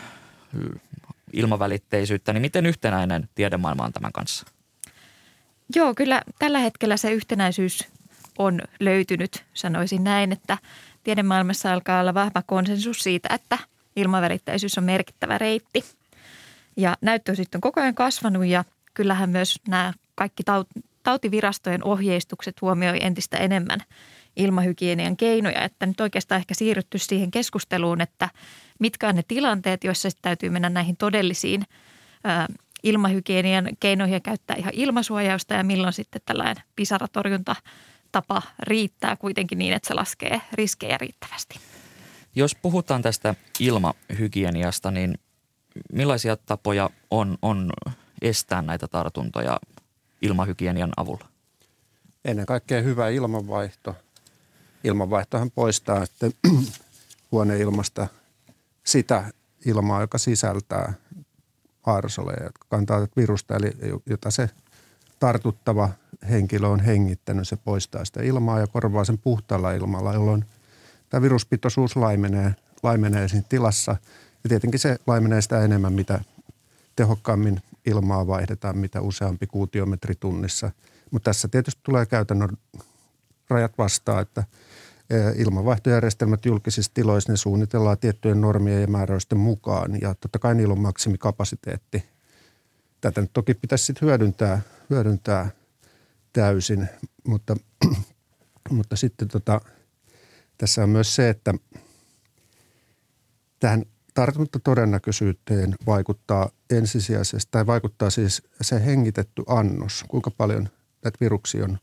[SPEAKER 3] ilmavälitteisyyttä, niin miten yhtenäinen tiedemaailma on tämän kanssa?
[SPEAKER 19] Joo, kyllä tällä hetkellä se yhtenäisyys on löytynyt. Sanoisin näin, että tiedemaailmassa alkaa olla vahva konsensus siitä, että ilmavälitteisyys on merkittävä reitti. Ja näyttö sitten on koko ajan kasvanut ja kyllähän myös nämä kaikki tautivirastojen ohjeistukset huomioi entistä enemmän ilmahygienian keinoja, että nyt oikeastaan ehkä siirrytty siihen keskusteluun, että mitkä on ne tilanteet, joissa sitten täytyy mennä näihin todellisiin ilmahygienian keinoihin ja käyttää ihan ilmasuojausta ja milloin sitten tällainen pisaratorjuntatapa riittää kuitenkin niin, että se laskee riskejä riittävästi.
[SPEAKER 3] Jos puhutaan tästä ilmahygieniasta, niin millaisia tapoja on estää näitä tartuntoja ilmahygienian avulla?
[SPEAKER 18] Ennen kaikkea hyvä ilmanvaihto. Ilmanvaihtohan poistaa sitten huoneilmasta sitä ilmaa, joka sisältää aerosoleja, jotka kantaa virusta, eli jota se tartuttava henkilö on hengittänyt. Se poistaa sitä ilmaa ja korvaa sen puhtaalla ilmalla, jolloin tämä viruspitoisuus laimenee siinä tilassa. Ja tietenkin se laimenee sitä enemmän, mitä tehokkaammin ilmaa vaihdetaan, mitä useampi kuutiometri tunnissa. Mutta tässä tietysti tulee käytännön rajat vastaan, että ilmanvaihtojärjestelmät julkisissa tiloissa, ne suunnitellaan tiettyjen normien ja määräysten mukaan. Ja totta kai niillä on maksimikapasiteetti. Tätä nyt toki pitäisi sitten hyödyntää täysin, mutta sitten tässä on myös se, että tähän tartuntatodennäköisyyteen vaikuttaa ensisijaisesti, tai vaikuttaa siis se hengitetty annos, kuinka paljon näitä viruksia on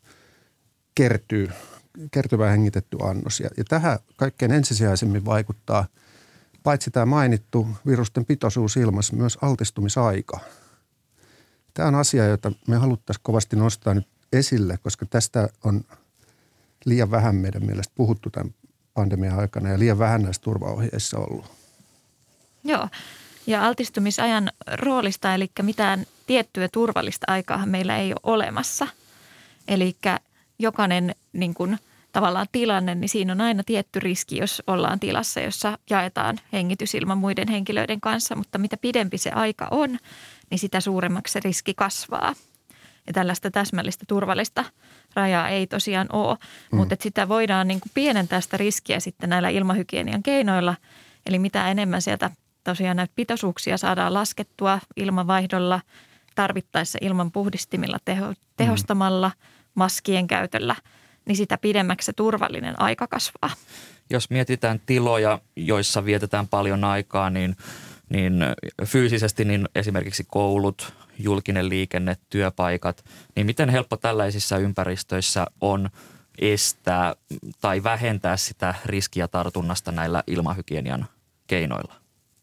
[SPEAKER 18] kertyvä hengitetty annos. Ja tähän kaikkein ensisijaisemmin vaikuttaa paitsi tämä mainittu virusten pitoisuus ilmassa, myös altistumisaika. Tämä on asia, jota me haluttaisiin kovasti nostaa nyt esille, koska tästä on liian vähän meidän mielestä puhuttu tämän pandemian aikana ja liian vähän näissä turvaohjeissa ollut.
[SPEAKER 19] Joo, ja altistumisajan roolista, eli mitään tiettyä turvallista aikaa meillä ei ole olemassa. Eli jokainen niin kuin tavallaan tilanne, niin siinä on aina tietty riski, jos ollaan tilassa, jossa jaetaan hengitysilma muiden henkilöiden kanssa. Mutta mitä pidempi se aika on, niin sitä suuremmaksi se riski kasvaa. Ja tällaista täsmällistä turvallista rajaa ei tosiaan ole, mutta sitä voidaan niin kuin pienentää sitä riskiä sitten näillä ilmahygienian keinoilla. Eli mitä enemmän sieltä tosiaan näitä pitoisuuksia saadaan laskettua ilmanvaihdolla, tarvittaessa ilmanpuhdistimilla tehostamalla, maskien käytöllä, niin sitä pidemmäksi se turvallinen aika kasvaa.
[SPEAKER 3] Jos mietitään tiloja, joissa vietetään paljon aikaa, niin fyysisesti niin esimerkiksi koulut, julkinen liikenne, työpaikat, niin miten helppo tällaisissa ympäristöissä on estää tai vähentää sitä riskiä tartunnasta näillä ilmahygienian keinoilla?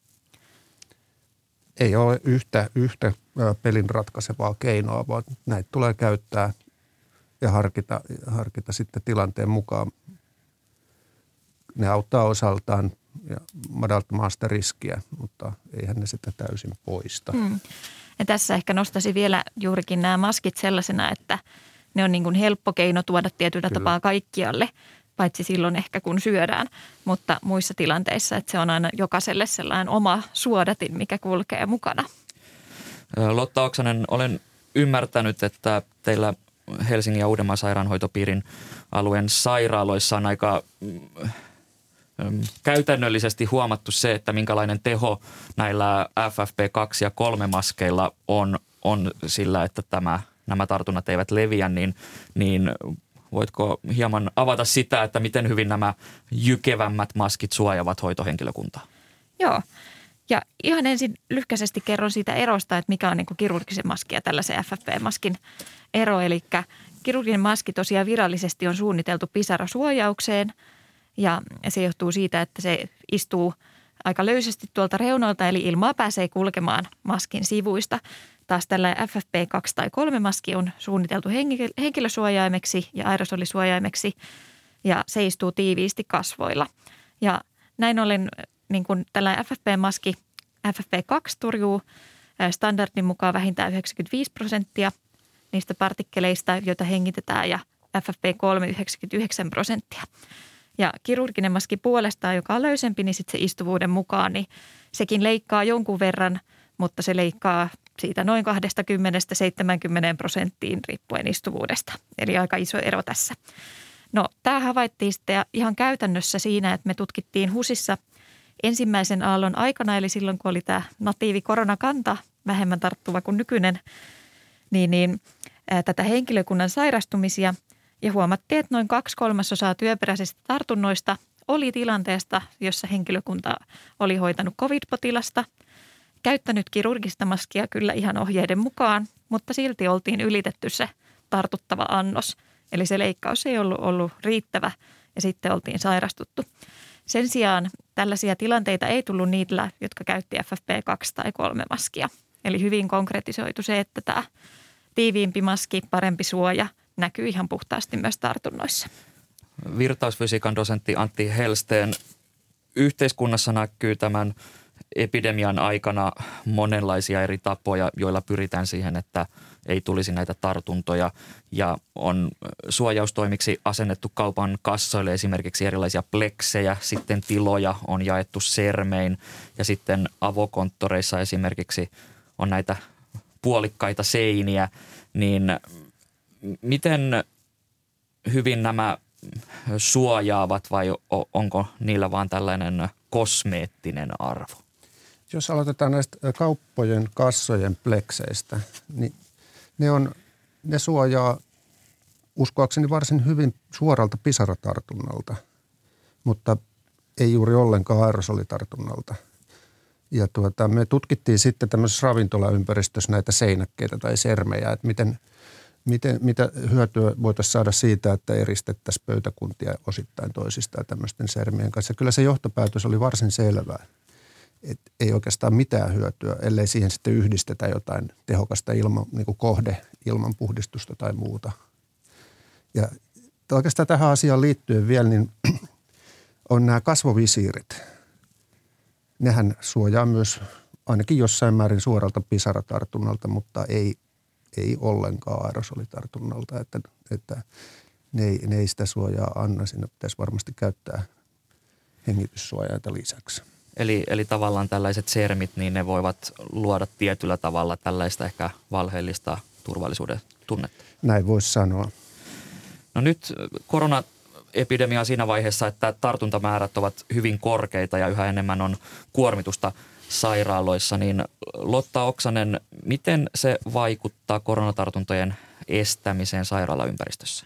[SPEAKER 18] Ei ole yhtä pelin ratkaisevaa keinoa, vaan näitä tulee käyttää ja harkita sitten tilanteen mukaan. Ne auttaa osaltaan ja madaltamaan sitä riskiä, mutta eihän ne sitä täysin poista.
[SPEAKER 19] Ja tässä ehkä nostaisin vielä juurikin nämä maskit sellaisena, että ne on niin kuin helppo keino tuoda tietyllä tapaa kaikkialle, paitsi silloin ehkä kun syödään, mutta muissa tilanteissa, että se on aina jokaiselle sellainen oma suodatin, mikä kulkee mukana.
[SPEAKER 3] Lotta Oksanen, olen ymmärtänyt, että teillä Helsingin ja Uudenmaan sairaanhoitopiirin alueen sairaaloissa on aika käytännöllisesti huomattu se, että minkälainen teho näillä FFP2 ja 3 maskeilla on sillä, että nämä tartunnat eivät leviä, niin voitko hieman avata sitä, että miten hyvin nämä jykevämmät maskit suojaavat hoitohenkilökuntaa?
[SPEAKER 19] Joo. Ja ihan ensin lyhkäisesti kerron siitä erosta, että mikä on niin kuin kirurgisen maskin ja tällaisen FFP-maskin ero. Eli kirurginen maski tosiaan virallisesti on suunniteltu pisarasuojaukseen ja se johtuu siitä, että se istuu aika löysästi tuolta reunoilta, eli ilmaa pääsee kulkemaan maskin sivuista. Taas tällä FFP2 tai 3 maski on suunniteltu henkilösuojaimeksi ja aerosolisuojaimeksi ja se istuu tiiviisti kasvoilla. Ja näin ollen niin kuin tällainen FFP-maski FFP2 torjuu standardin mukaan vähintään 95% niistä partikkeleista, joita hengitetään, ja FFP3 99%. Ja kirurginen maski puolestaan, joka on löysempi, niin sitten se istuvuuden mukaan, niin sekin leikkaa jonkun verran, mutta se leikkaa siitä noin 20-70% riippuen istuvuudesta. Eli aika iso ero tässä. No, tämä havaittiin sitten ihan käytännössä siinä, että me tutkittiin HUSissa ensimmäisen aallon aikana, eli silloin kun oli tämä natiivi koronakanta, vähemmän tarttuva kuin nykyinen, niin tätä henkilökunnan sairastumisia. Ja huomattiin, että noin 2/3 työperäisistä tartunnoista oli tilanteesta, jossa henkilökunta oli hoitanut covid-potilasta, käyttänyt kirurgista maskia kyllä ihan ohjeiden mukaan, mutta silti oltiin ylitetty se tartuttava annos. Eli se leikkaus ei ollut riittävä ja sitten oltiin sairastuttu. Sen sijaan tällaisia tilanteita ei tullut niillä, jotka käytti FFP2 tai 3 maskia. Eli hyvin konkretisoitu se, että tämä tiiviimpi maski, parempi suoja näkyy ihan puhtaasti myös tartunnoissa.
[SPEAKER 3] Virtausfysiikan dosentti Antti Hellsten, yhteiskunnassa näkyy tämän epidemian aikana monenlaisia eri tapoja, joilla pyritään siihen, että ei tulisi näitä tartuntoja, ja on suojaustoimiksi asennettu kaupan kassoille esimerkiksi erilaisia pleksejä, sitten tiloja on jaettu sermein ja sitten avokonttoreissa esimerkiksi on näitä puolikkaita seiniä, niin miten hyvin nämä suojaavat vai onko niillä vaan tällainen kosmeettinen arvo?
[SPEAKER 18] Jos aloitetaan näistä kauppojen kassojen plekseistä, niin ne suojaa uskoakseni varsin hyvin suoralta pisaratartunnalta, mutta ei juuri ollenkaan aerosolitartunnalta. Ja me tutkittiin sitten tämmöisessä ravintolaympäristössä näitä seinäkkeitä tai sermejä, että mitä hyötyä voitaisiin saada siitä, että eristettäisiin pöytäkuntia osittain toisistaan tämmöisten sermien kanssa. Kyllä se johtopäätös oli varsin selvää, että ei oikeastaan mitään hyötyä, ellei siihen sitten yhdistetä jotain tehokasta niin kuin ilman puhdistusta tai muuta. Ja oikeastaan tähän asiaan liittyen vielä, niin on nämä kasvovisiirit. Nehän suojaa myös ainakin jossain määrin suoralta pisaratartunnalta, mutta ei ollenkaan aerosolitartunnalta, että ne ei sitä suojaa anna. Siinä pitäisi varmasti käyttää hengityssuojaita lisäksi.
[SPEAKER 3] Eli tavallaan tällaiset sermit, niin ne voivat luoda tietyllä tavalla tällaista ehkä valheellista turvallisuuden tunnetta.
[SPEAKER 18] Näin voisi sanoa.
[SPEAKER 3] No nyt koronaepidemia on siinä vaiheessa, että tartuntamäärät ovat hyvin korkeita ja yhä enemmän on kuormitusta sairaaloissa. Niin Lotta Oksanen, miten se vaikuttaa koronatartuntojen estämiseen sairaalaympäristössä?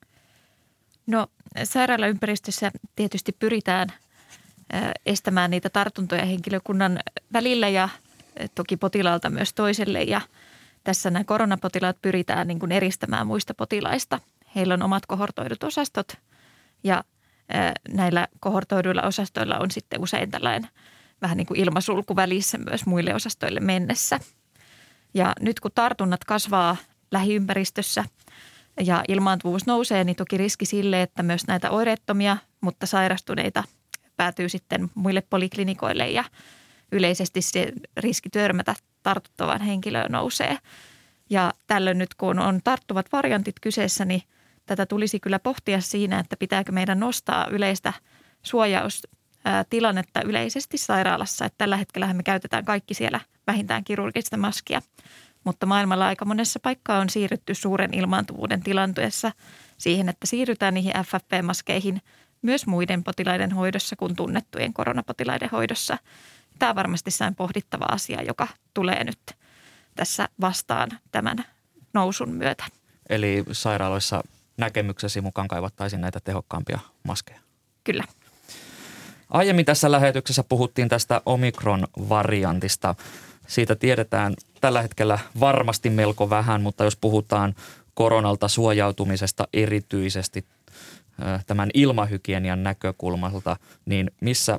[SPEAKER 19] No sairaalaympäristössä tietysti pyritään estämään niitä tartuntoja henkilökunnan välillä ja toki potilaalta myös toiselle. Ja tässä nämä koronapotilaat pyritään niin kuin eristämään muista potilaista. Heillä on omat kohortoidut osastot ja näillä kohortoiduilla osastoilla on sitten usein tällainen vähän niin kuin ilmasulku välissä myös muille osastoille mennessä. Ja nyt kun tartunnat kasvaa lähiympäristössä ja ilmaantuvuus nousee, niin toki riski sille, että myös näitä oireettomia, mutta sairastuneita päätyy sitten muille poliklinikoille ja yleisesti se riski törmätä tartuttavaan henkilöön nousee. Ja tällöin nyt kun on tarttuvat variantit kyseessä, niin tätä tulisi kyllä pohtia siinä, että pitääkö meidän nostaa yleistä suojaustilannetta yleisesti sairaalassa. Että tällä hetkellä me käytetään kaikki siellä vähintään kirurgista maskia, mutta maailmalla aika monessa paikkaa on siirrytty suuren ilmaantuvuuden tilanteessa siihen, että siirrytään niihin FFP-maskeihin myös muiden potilaiden hoidossa kuin tunnettujen koronapotilaiden hoidossa. Tämä on varmasti sellainen pohdittava asia, joka tulee nyt tässä vastaan tämän nousun myötä.
[SPEAKER 3] Eli sairaaloissa näkemyksesi mukaan kaivattaisiin näitä tehokkaampia maskeja?
[SPEAKER 19] Kyllä.
[SPEAKER 3] Aiemmin tässä lähetyksessä puhuttiin tästä Omikron-variantista. Siitä tiedetään tällä hetkellä varmasti melko vähän, mutta jos puhutaan koronalta suojautumisesta erityisesti tämän ilmahygienian näkökulmalta, niin missä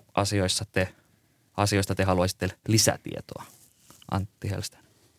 [SPEAKER 3] asioista te haluaisitte lisätietoa? Antti Hellsten.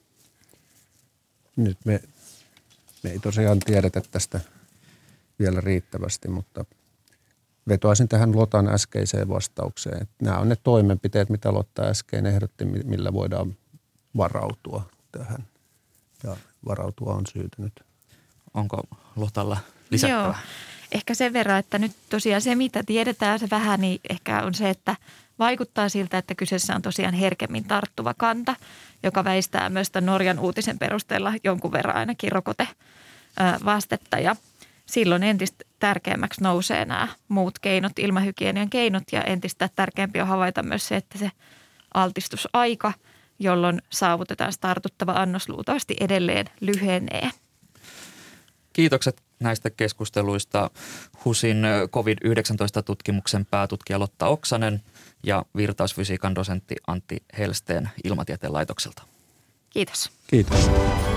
[SPEAKER 18] Nyt me ei tosiaan tiedetä tästä vielä riittävästi, mutta vetoaisin tähän Lotan äskeiseen vastaukseen. Nämä on ne toimenpiteet, mitä Lotta äsken ehdotti, millä voidaan varautua tähän. Ja varautua on syytä nyt.
[SPEAKER 3] Onko Lotalla lisättävää?
[SPEAKER 19] Joo, ehkä sen verran, että nyt tosiaan se, mitä tiedetään se vähän, niin ehkä on se, että vaikuttaa siltä, että kyseessä on tosiaan herkemmin tarttuva kanta, joka väistää myös tämän Norjan uutisen perusteella jonkun verran ainakin rokotevastetta. Ja silloin entistä tärkeämmäksi nousee nämä muut keinot, ilmahygienian keinot, ja entistä tärkeämpi on havaita myös se, että se altistusaika, jolloin saavutetaan tartuttava annos luultavasti edelleen lyhenee.
[SPEAKER 3] Kiitokset näistä keskusteluista HUSin COVID-19-tutkimuksen päätutkija Lotta Oksanen ja virtausfysiikan dosentti Antti Hellsten Ilmatieteen laitokselta.
[SPEAKER 19] Kiitos.
[SPEAKER 18] Kiitos.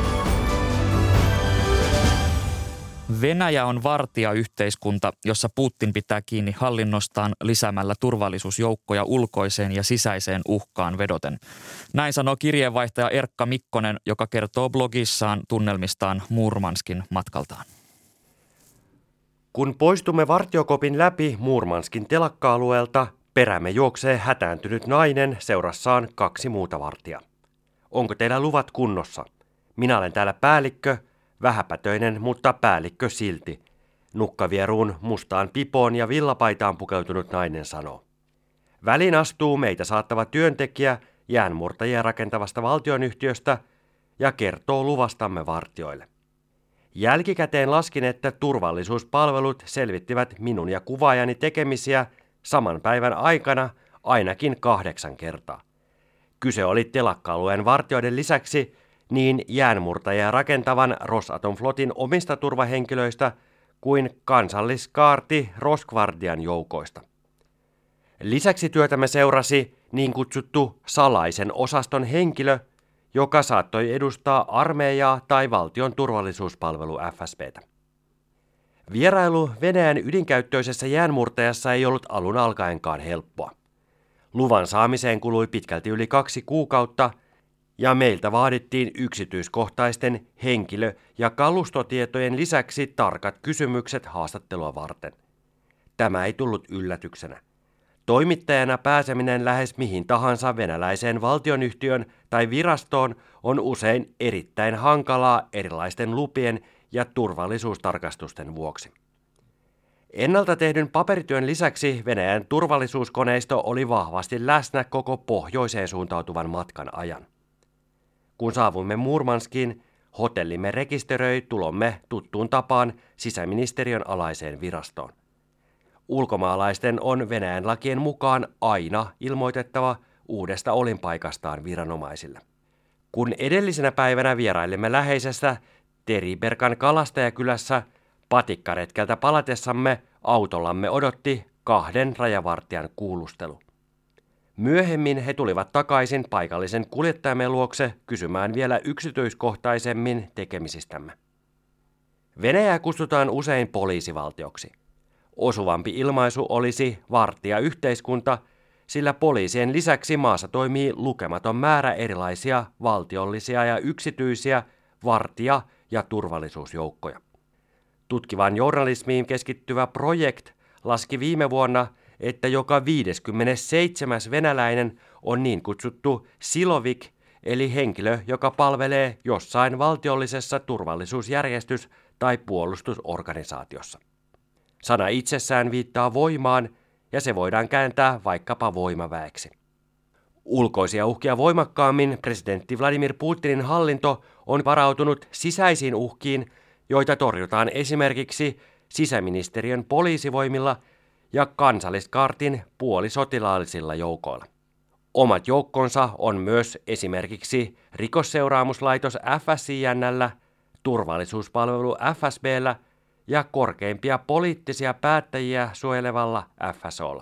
[SPEAKER 3] Venäjä on vartijayhteiskunta, jossa Putin pitää kiinni hallinnostaan lisäämällä turvallisuusjoukkoja ulkoiseen ja sisäiseen uhkaan vedoten. Näin sanoo kirjeenvaihtaja Erkka Mikkonen, joka kertoo blogissaan tunnelmistaan Murmanskin matkaltaan.
[SPEAKER 20] Kun poistumme vartiokopin läpi Murmanskin telakka-alueelta, perämme juoksee hätääntynyt nainen seurassaan 2 muuta vartijaa. Onko teillä luvat kunnossa? Minä olen täällä päällikkö, vähäpätöinen, mutta päällikkö silti. Nukkavieruun mustaan pipoon ja villapaitaan pukeutunut nainen sanoo. Väliin astuu meitä saattava työntekijä jäänmurtajia rakentavasta valtionyhtiöstä ja kertoo luvastamme vartijoille. Jälkikäteen laskin, että turvallisuuspalvelut selvittivät minun ja kuvaajani tekemisiä saman päivän aikana ainakin 8 kertaa. Kyse oli telakka-alueen vartijoiden lisäksi niin jäänmurtajia rakentavan Rosatom-flotin omista turvahenkilöistä kuin kansalliskaarti Rosgvardian joukoista. Lisäksi työtämme seurasi niin kutsuttu salaisen osaston henkilö, joka saattoi edustaa armeijaa tai valtion turvallisuuspalvelu FSB:tä. Vierailu Venäjän ydinkäyttöisessä jäänmurtajassa ei ollut alun alkaenkaan helppoa. Luvan saamiseen kului pitkälti yli 2 kuukautta ja meiltä vaadittiin yksityiskohtaisten henkilö- ja kalustotietojen lisäksi tarkat kysymykset haastattelua varten. Tämä ei tullut yllätyksenä. Toimittajana pääseminen lähes mihin tahansa venäläiseen valtionyhtiön tai virastoon on usein erittäin hankalaa erilaisten lupien ja turvallisuustarkastusten vuoksi. Ennalta tehdyn paperityön lisäksi Venäjän turvallisuuskoneisto oli vahvasti läsnä koko pohjoiseen suuntautuvan matkan ajan. Kun saavuimme Murmanskiin, hotellimme rekisteröi tulomme tuttuun tapaan sisäministeriön alaiseen virastoon. Ulkomaalaisten on Venäjän lakien mukaan aina ilmoitettava uudesta olinpaikastaan viranomaisille. Kun edellisenä päivänä vierailimme läheisessä Teriberkan kalastajakylässä, patikkaretkeltä palatessamme autollamme odotti 2 rajavartijan kuulustelu. Myöhemmin he tulivat takaisin paikallisen kuljettajamme luokse kysymään vielä yksityiskohtaisemmin tekemisistämme. Venäjää kutsutaan usein poliisivaltioksi. Osuvampi ilmaisu olisi vartijayhteiskunta, sillä poliisien lisäksi maassa toimii lukematon määrä erilaisia valtiollisia ja yksityisiä vartija- ja turvallisuusjoukkoja. Tutkivaan journalismiin keskittyvä Projekt laski viime vuonna, että joka 57. venäläinen on niin kutsuttu silovik, eli henkilö, joka palvelee jossain valtiollisessa turvallisuusjärjestys- tai puolustusorganisaatiossa. Sana itsessään viittaa voimaan, ja se voidaan kääntää vaikkapa voimaväeksi. Ulkoisia uhkia voimakkaammin presidentti Vladimir Putinin hallinto on varautunut sisäisiin uhkiin, joita torjutaan esimerkiksi sisäministeriön poliisivoimilla ja kansalliskaartin puolisotilaallisilla joukoilla. Omat joukkonsa on myös esimerkiksi rikosseuraamuslaitos FSIN:llä, turvallisuuspalvelu FSB:llä ja korkeimpia poliittisia päättäjiä suojelevalla FSO:lla.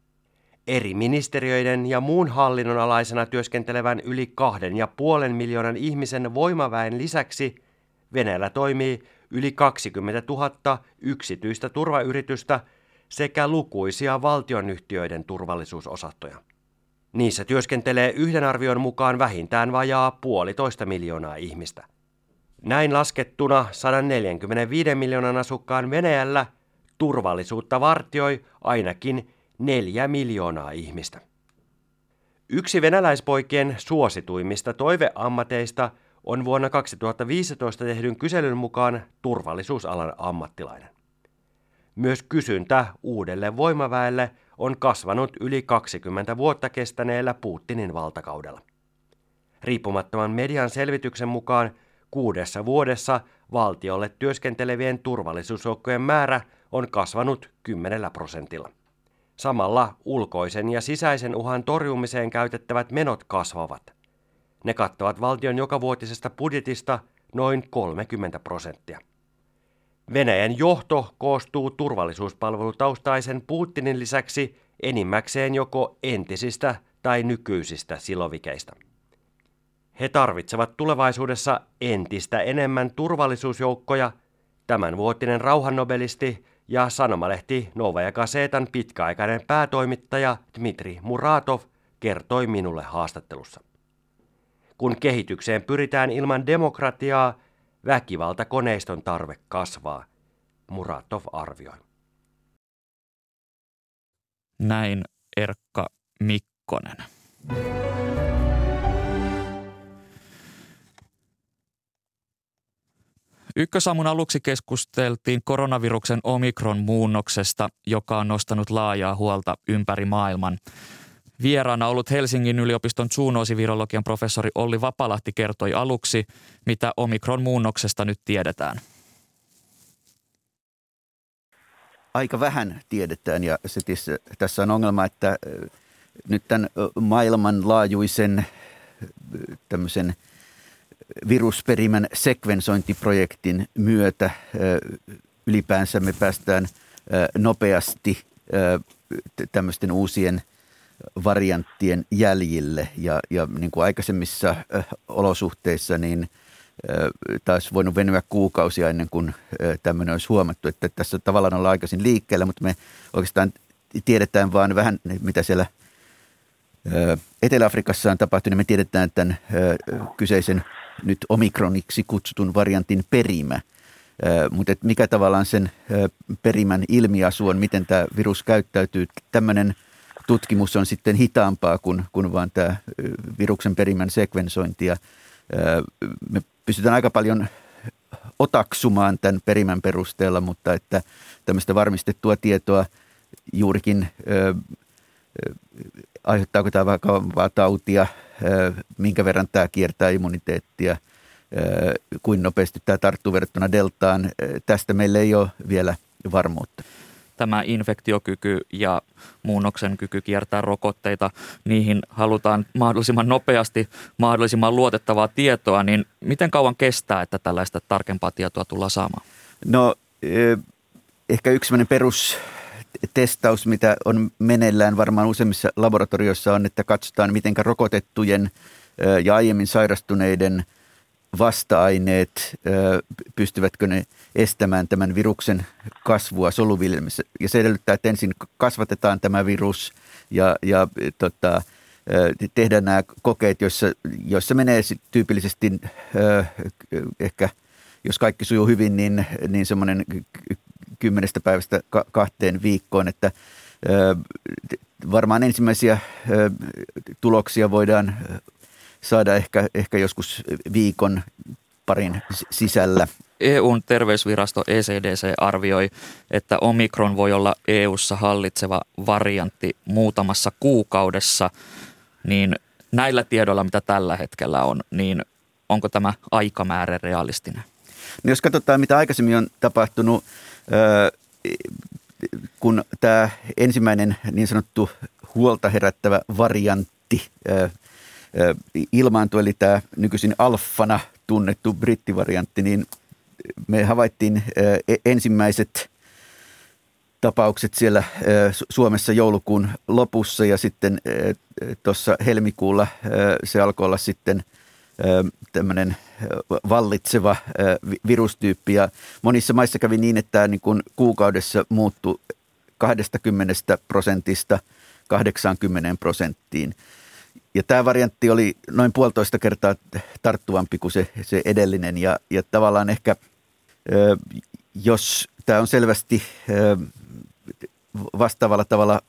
[SPEAKER 20] Eri ministeriöiden ja muun hallinnon alaisena työskentelevän yli 2,5 miljoonan ihmisen voimaväen lisäksi Venäjällä toimii yli 20 000 yksityistä turvayritystä sekä lukuisia valtionyhtiöiden turvallisuusosastoja. Niissä työskentelee yhden arvion mukaan vähintään vajaa 1,5 miljoonaa ihmistä. Näin laskettuna 145 miljoonan asukkaan Venäjällä turvallisuutta vartioi ainakin 4 miljoonaa ihmistä. Yksi venäläispoikien suosituimmista toiveammateista on vuonna 2015 tehdyn kyselyn mukaan turvallisuusalan ammattilainen. Myös kysyntä uudelle voimaväelle on kasvanut yli 20 vuotta kestäneellä Putinin valtakaudella. Riippumattoman median selvityksen mukaan 6 vuodessa valtiolle työskentelevien turvallisuusjoukkojen määrä on kasvanut 10%. Samalla ulkoisen ja sisäisen uhan torjumiseen käytettävät menot kasvavat. Ne kattavat valtion jokavuotisesta budjetista noin 30%. Venäjän johto koostuu turvallisuuspalvelutaustaisen Putinin lisäksi enimmäkseen joko entisistä tai nykyisistä silovikeista. He tarvitsevat tulevaisuudessa entistä enemmän turvallisuusjoukkoja, tämänvuotinen rauhannobelisti ja sanomalehti Novaja Gazetan pitkäaikainen päätoimittaja Dmitri Muratov kertoi minulle haastattelussa. Kun kehitykseen pyritään ilman demokratiaa, väkivaltakoneiston tarve kasvaa, Muratov arvioi.
[SPEAKER 3] Näin Erkka Mikkonen. Ykkösaamun aluksi keskusteltiin koronaviruksen omikron-muunnoksesta, joka on nostanut laajaa huolta ympäri maailman. Vieraana ollut Helsingin yliopiston zoonoosivirologian professori Olli Vapalahti kertoi aluksi, mitä omikron-muunnoksesta nyt tiedetään.
[SPEAKER 6] Aika vähän tiedetään ja tässä on ongelma, että nyt tämän maailmanlaajuisen tämmöisen virusperimän sekvensointiprojektin myötä ylipäänsä me päästään nopeasti tämmöisten uusien varianttien jäljille ja niin kuin aikaisemmissa olosuhteissa niin taas voinut venyä kuukausia ennen kuin tämmöinen olisi huomattu, että tässä tavallaan ollaan aikaisin liikkeellä, mutta me oikeastaan tiedetään vaan vähän, mitä siellä Etelä-Afrikassa on tapahtunut, niin me tiedetään tämän kyseisen nyt omikroniksi kutsutun variantin perimä. Mutta mikä tavallaan sen perimän ilmiasu on, miten tämä virus käyttäytyy, tämmöinen tutkimus on sitten hitaampaa kuin vaan tämä viruksen perimän sekvensointi. Ja me pystytään aika paljon otaksumaan tämän perimän perusteella, mutta että tämmöistä varmistettua tietoa juurikin aiheuttaako tämä vakavaa tautia, minkä verran tämä kiertää immuniteettia, kuin nopeasti tämä tarttuu verrattuna deltaan. Tästä meillä ei ole vielä varmuutta.
[SPEAKER 3] Tämä infektiokyky ja muunnoksen kyky kiertää rokotteita, niihin halutaan mahdollisimman nopeasti mahdollisimman luotettavaa tietoa, niin miten kauan kestää, että tällaista tarkempaa tietoa tullaan saamaan?
[SPEAKER 6] No ehkä yksi sellainen perustestaus, mitä on meneillään varmaan useimmissa laboratorioissa on, että katsotaan miten rokotettujen ja aiemmin sairastuneiden vasta-aineet, pystyvätkö ne estämään tämän viruksen kasvua soluviljelmissä. Ja se edellyttää, että ensin kasvatetaan tämä virus ja tehdään nämä kokeet, joissa menee tyypillisesti ehkä, jos kaikki sujuu hyvin, niin semmoinen 10 päivästä 2 viikkoon, että varmaan ensimmäisiä tuloksia voidaan saada ehkä joskus viikon parin sisällä.
[SPEAKER 3] EU:n terveysvirasto ECDC arvioi, että omikron voi olla EU:ssa hallitseva variantti muutamassa kuukaudessa. Niin näillä tiedoilla, mitä tällä hetkellä on, niin onko tämä aikamäärä realistinen?
[SPEAKER 6] No jos katsotaan, mitä aikaisemmin on tapahtunut, kun tämä ensimmäinen niin sanottu huolta herättävä variantti ilmaantui, eli tämä nykyisin alfana tunnettu brittivariantti, niin me havaittiin ensimmäiset tapaukset siellä Suomessa joulukuun lopussa ja sitten tuossa helmikuulla se alkoi olla sitten tämmöinen vallitseva virustyyppi ja monissa maissa kävi niin, että tämä niin kuin kuukaudessa muuttui 20% 80%. Ja tämä variantti oli noin 1,5 kertaa tarttuvampi kuin se edellinen ja tavallaan ehkä, jos tämä on selvästi vastaavalla tavalla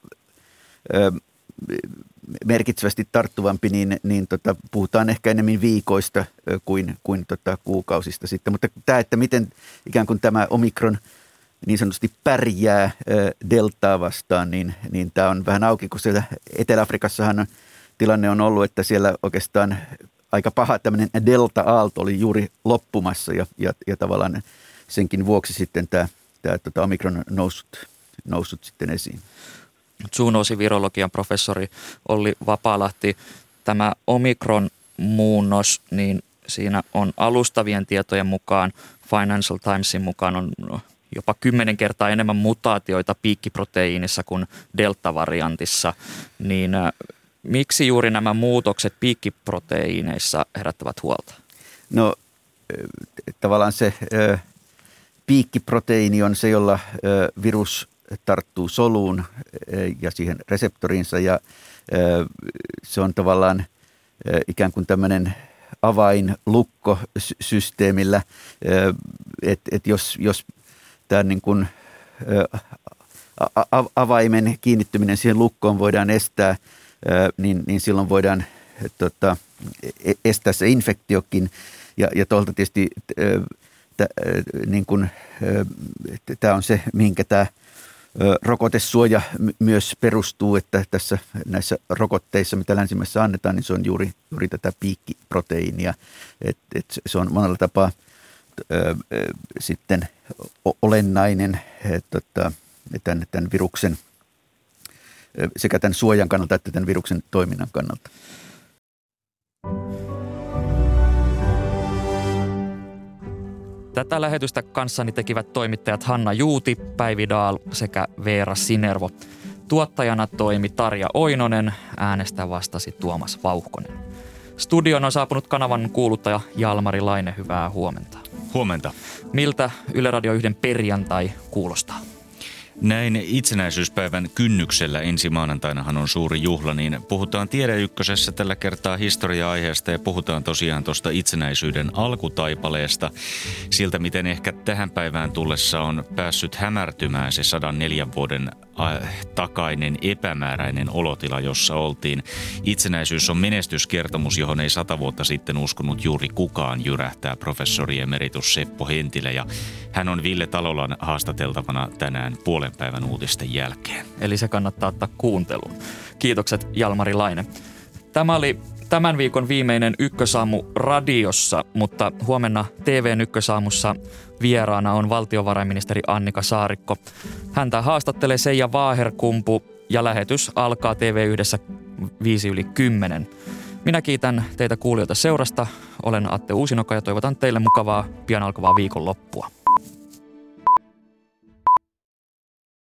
[SPEAKER 6] merkitsevästi tarttuvampi, niin puhutaan ehkä enemmän viikoista kuin kuukausista sitten. Mutta tämä, että miten ikään kuin tämä omikron niin sanotusti pärjää deltaa vastaan, niin tämä on vähän auki, kun siellä Etelä-Afrikassahan tilanne on ollut, että siellä oikeastaan aika paha tämmöinen delta-aalto oli juuri loppumassa ja tavallaan senkin vuoksi sitten tämä omikron on noussut sitten esiin.
[SPEAKER 3] Zoonoosivirologian professori Olli Vapalahti, tämä omikron-muunnos, niin siinä on alustavien tietojen mukaan, Financial Timesin mukaan on jopa 10 kertaa enemmän mutaatioita piikkiproteiinissa kuin delta-variantissa, niin miksi juuri nämä muutokset piikkiproteiineissa herättävät huolta?
[SPEAKER 6] No tavallaan se piikkiproteiini on se, jolla virus tarttuu soluun ja siihen reseptoriinsa ja se on tavallaan ikään kuin tämmöinen avainlukkosysteemillä, että jos tämä niin kuin avaimen kiinnittyminen siihen lukkoon voidaan estää, niin silloin voidaan estää se infektiokin ja tuolta tietysti niin kuin, tämä on se, mihinkä tämä rokotesuoja myös perustuu, että tässä näissä rokotteissa, mitä länsimaissa annetaan, niin se on juuri tätä piikkiproteiinia, että se on monella tapaa sitten olennainen tämän viruksen, sekä tämän suojan kannalta että tämän viruksen toiminnan kannalta.
[SPEAKER 3] Tätä lähetystä kanssani tekivät toimittajat Hanna Juuti, Päivi Dahl sekä Veera Sinervo. Tuottajana toimi Tarja Oinonen, äänestä vastasi Tuomas Vauhkonen. Studioon on saapunut kanavan kuuluttaja Jalmari Laine, hyvää huomenta.
[SPEAKER 2] Huomenta.
[SPEAKER 3] Miltä Yle Radio 1 perjantai kuulostaa?
[SPEAKER 2] Näin itsenäisyyspäivän kynnyksellä ensi maanantainahan on suuri juhla, niin puhutaan Tiede Ykkösessä tällä kertaa historia-aiheesta ja puhutaan tosiaan tuosta itsenäisyyden alkutaipaleesta. Siltä, miten ehkä tähän päivään tullessa on päässyt hämärtymään se 104 vuoden takainen epämääräinen olotila, jossa oltiin. Itsenäisyys on menestyskertomus, johon ei 100 vuotta sitten uskonut juuri kukaan, jyrähtää professori emeritus Seppo Hentilä, ja hän on Ville Talolan haastateltavana tänään puolen päivän uutisten jälkeen.
[SPEAKER 3] Eli se kannattaa ottaa kuunteluun. Kiitokset Jalmari Laine. Tämä oli tämän viikon viimeinen Ykkösaamu radiossa, mutta huomenna TV:n Ykkösaamussa vieraana on valtiovarainministeri Annika Saarikko. Häntä haastattelee Seija Vaaherkumpu ja lähetys alkaa TV1 5:10. Minä kiitän teitä kuulijoita seurasta. Olen Atte Uusinoka ja toivotan teille mukavaa pian alkavaa viikonloppua.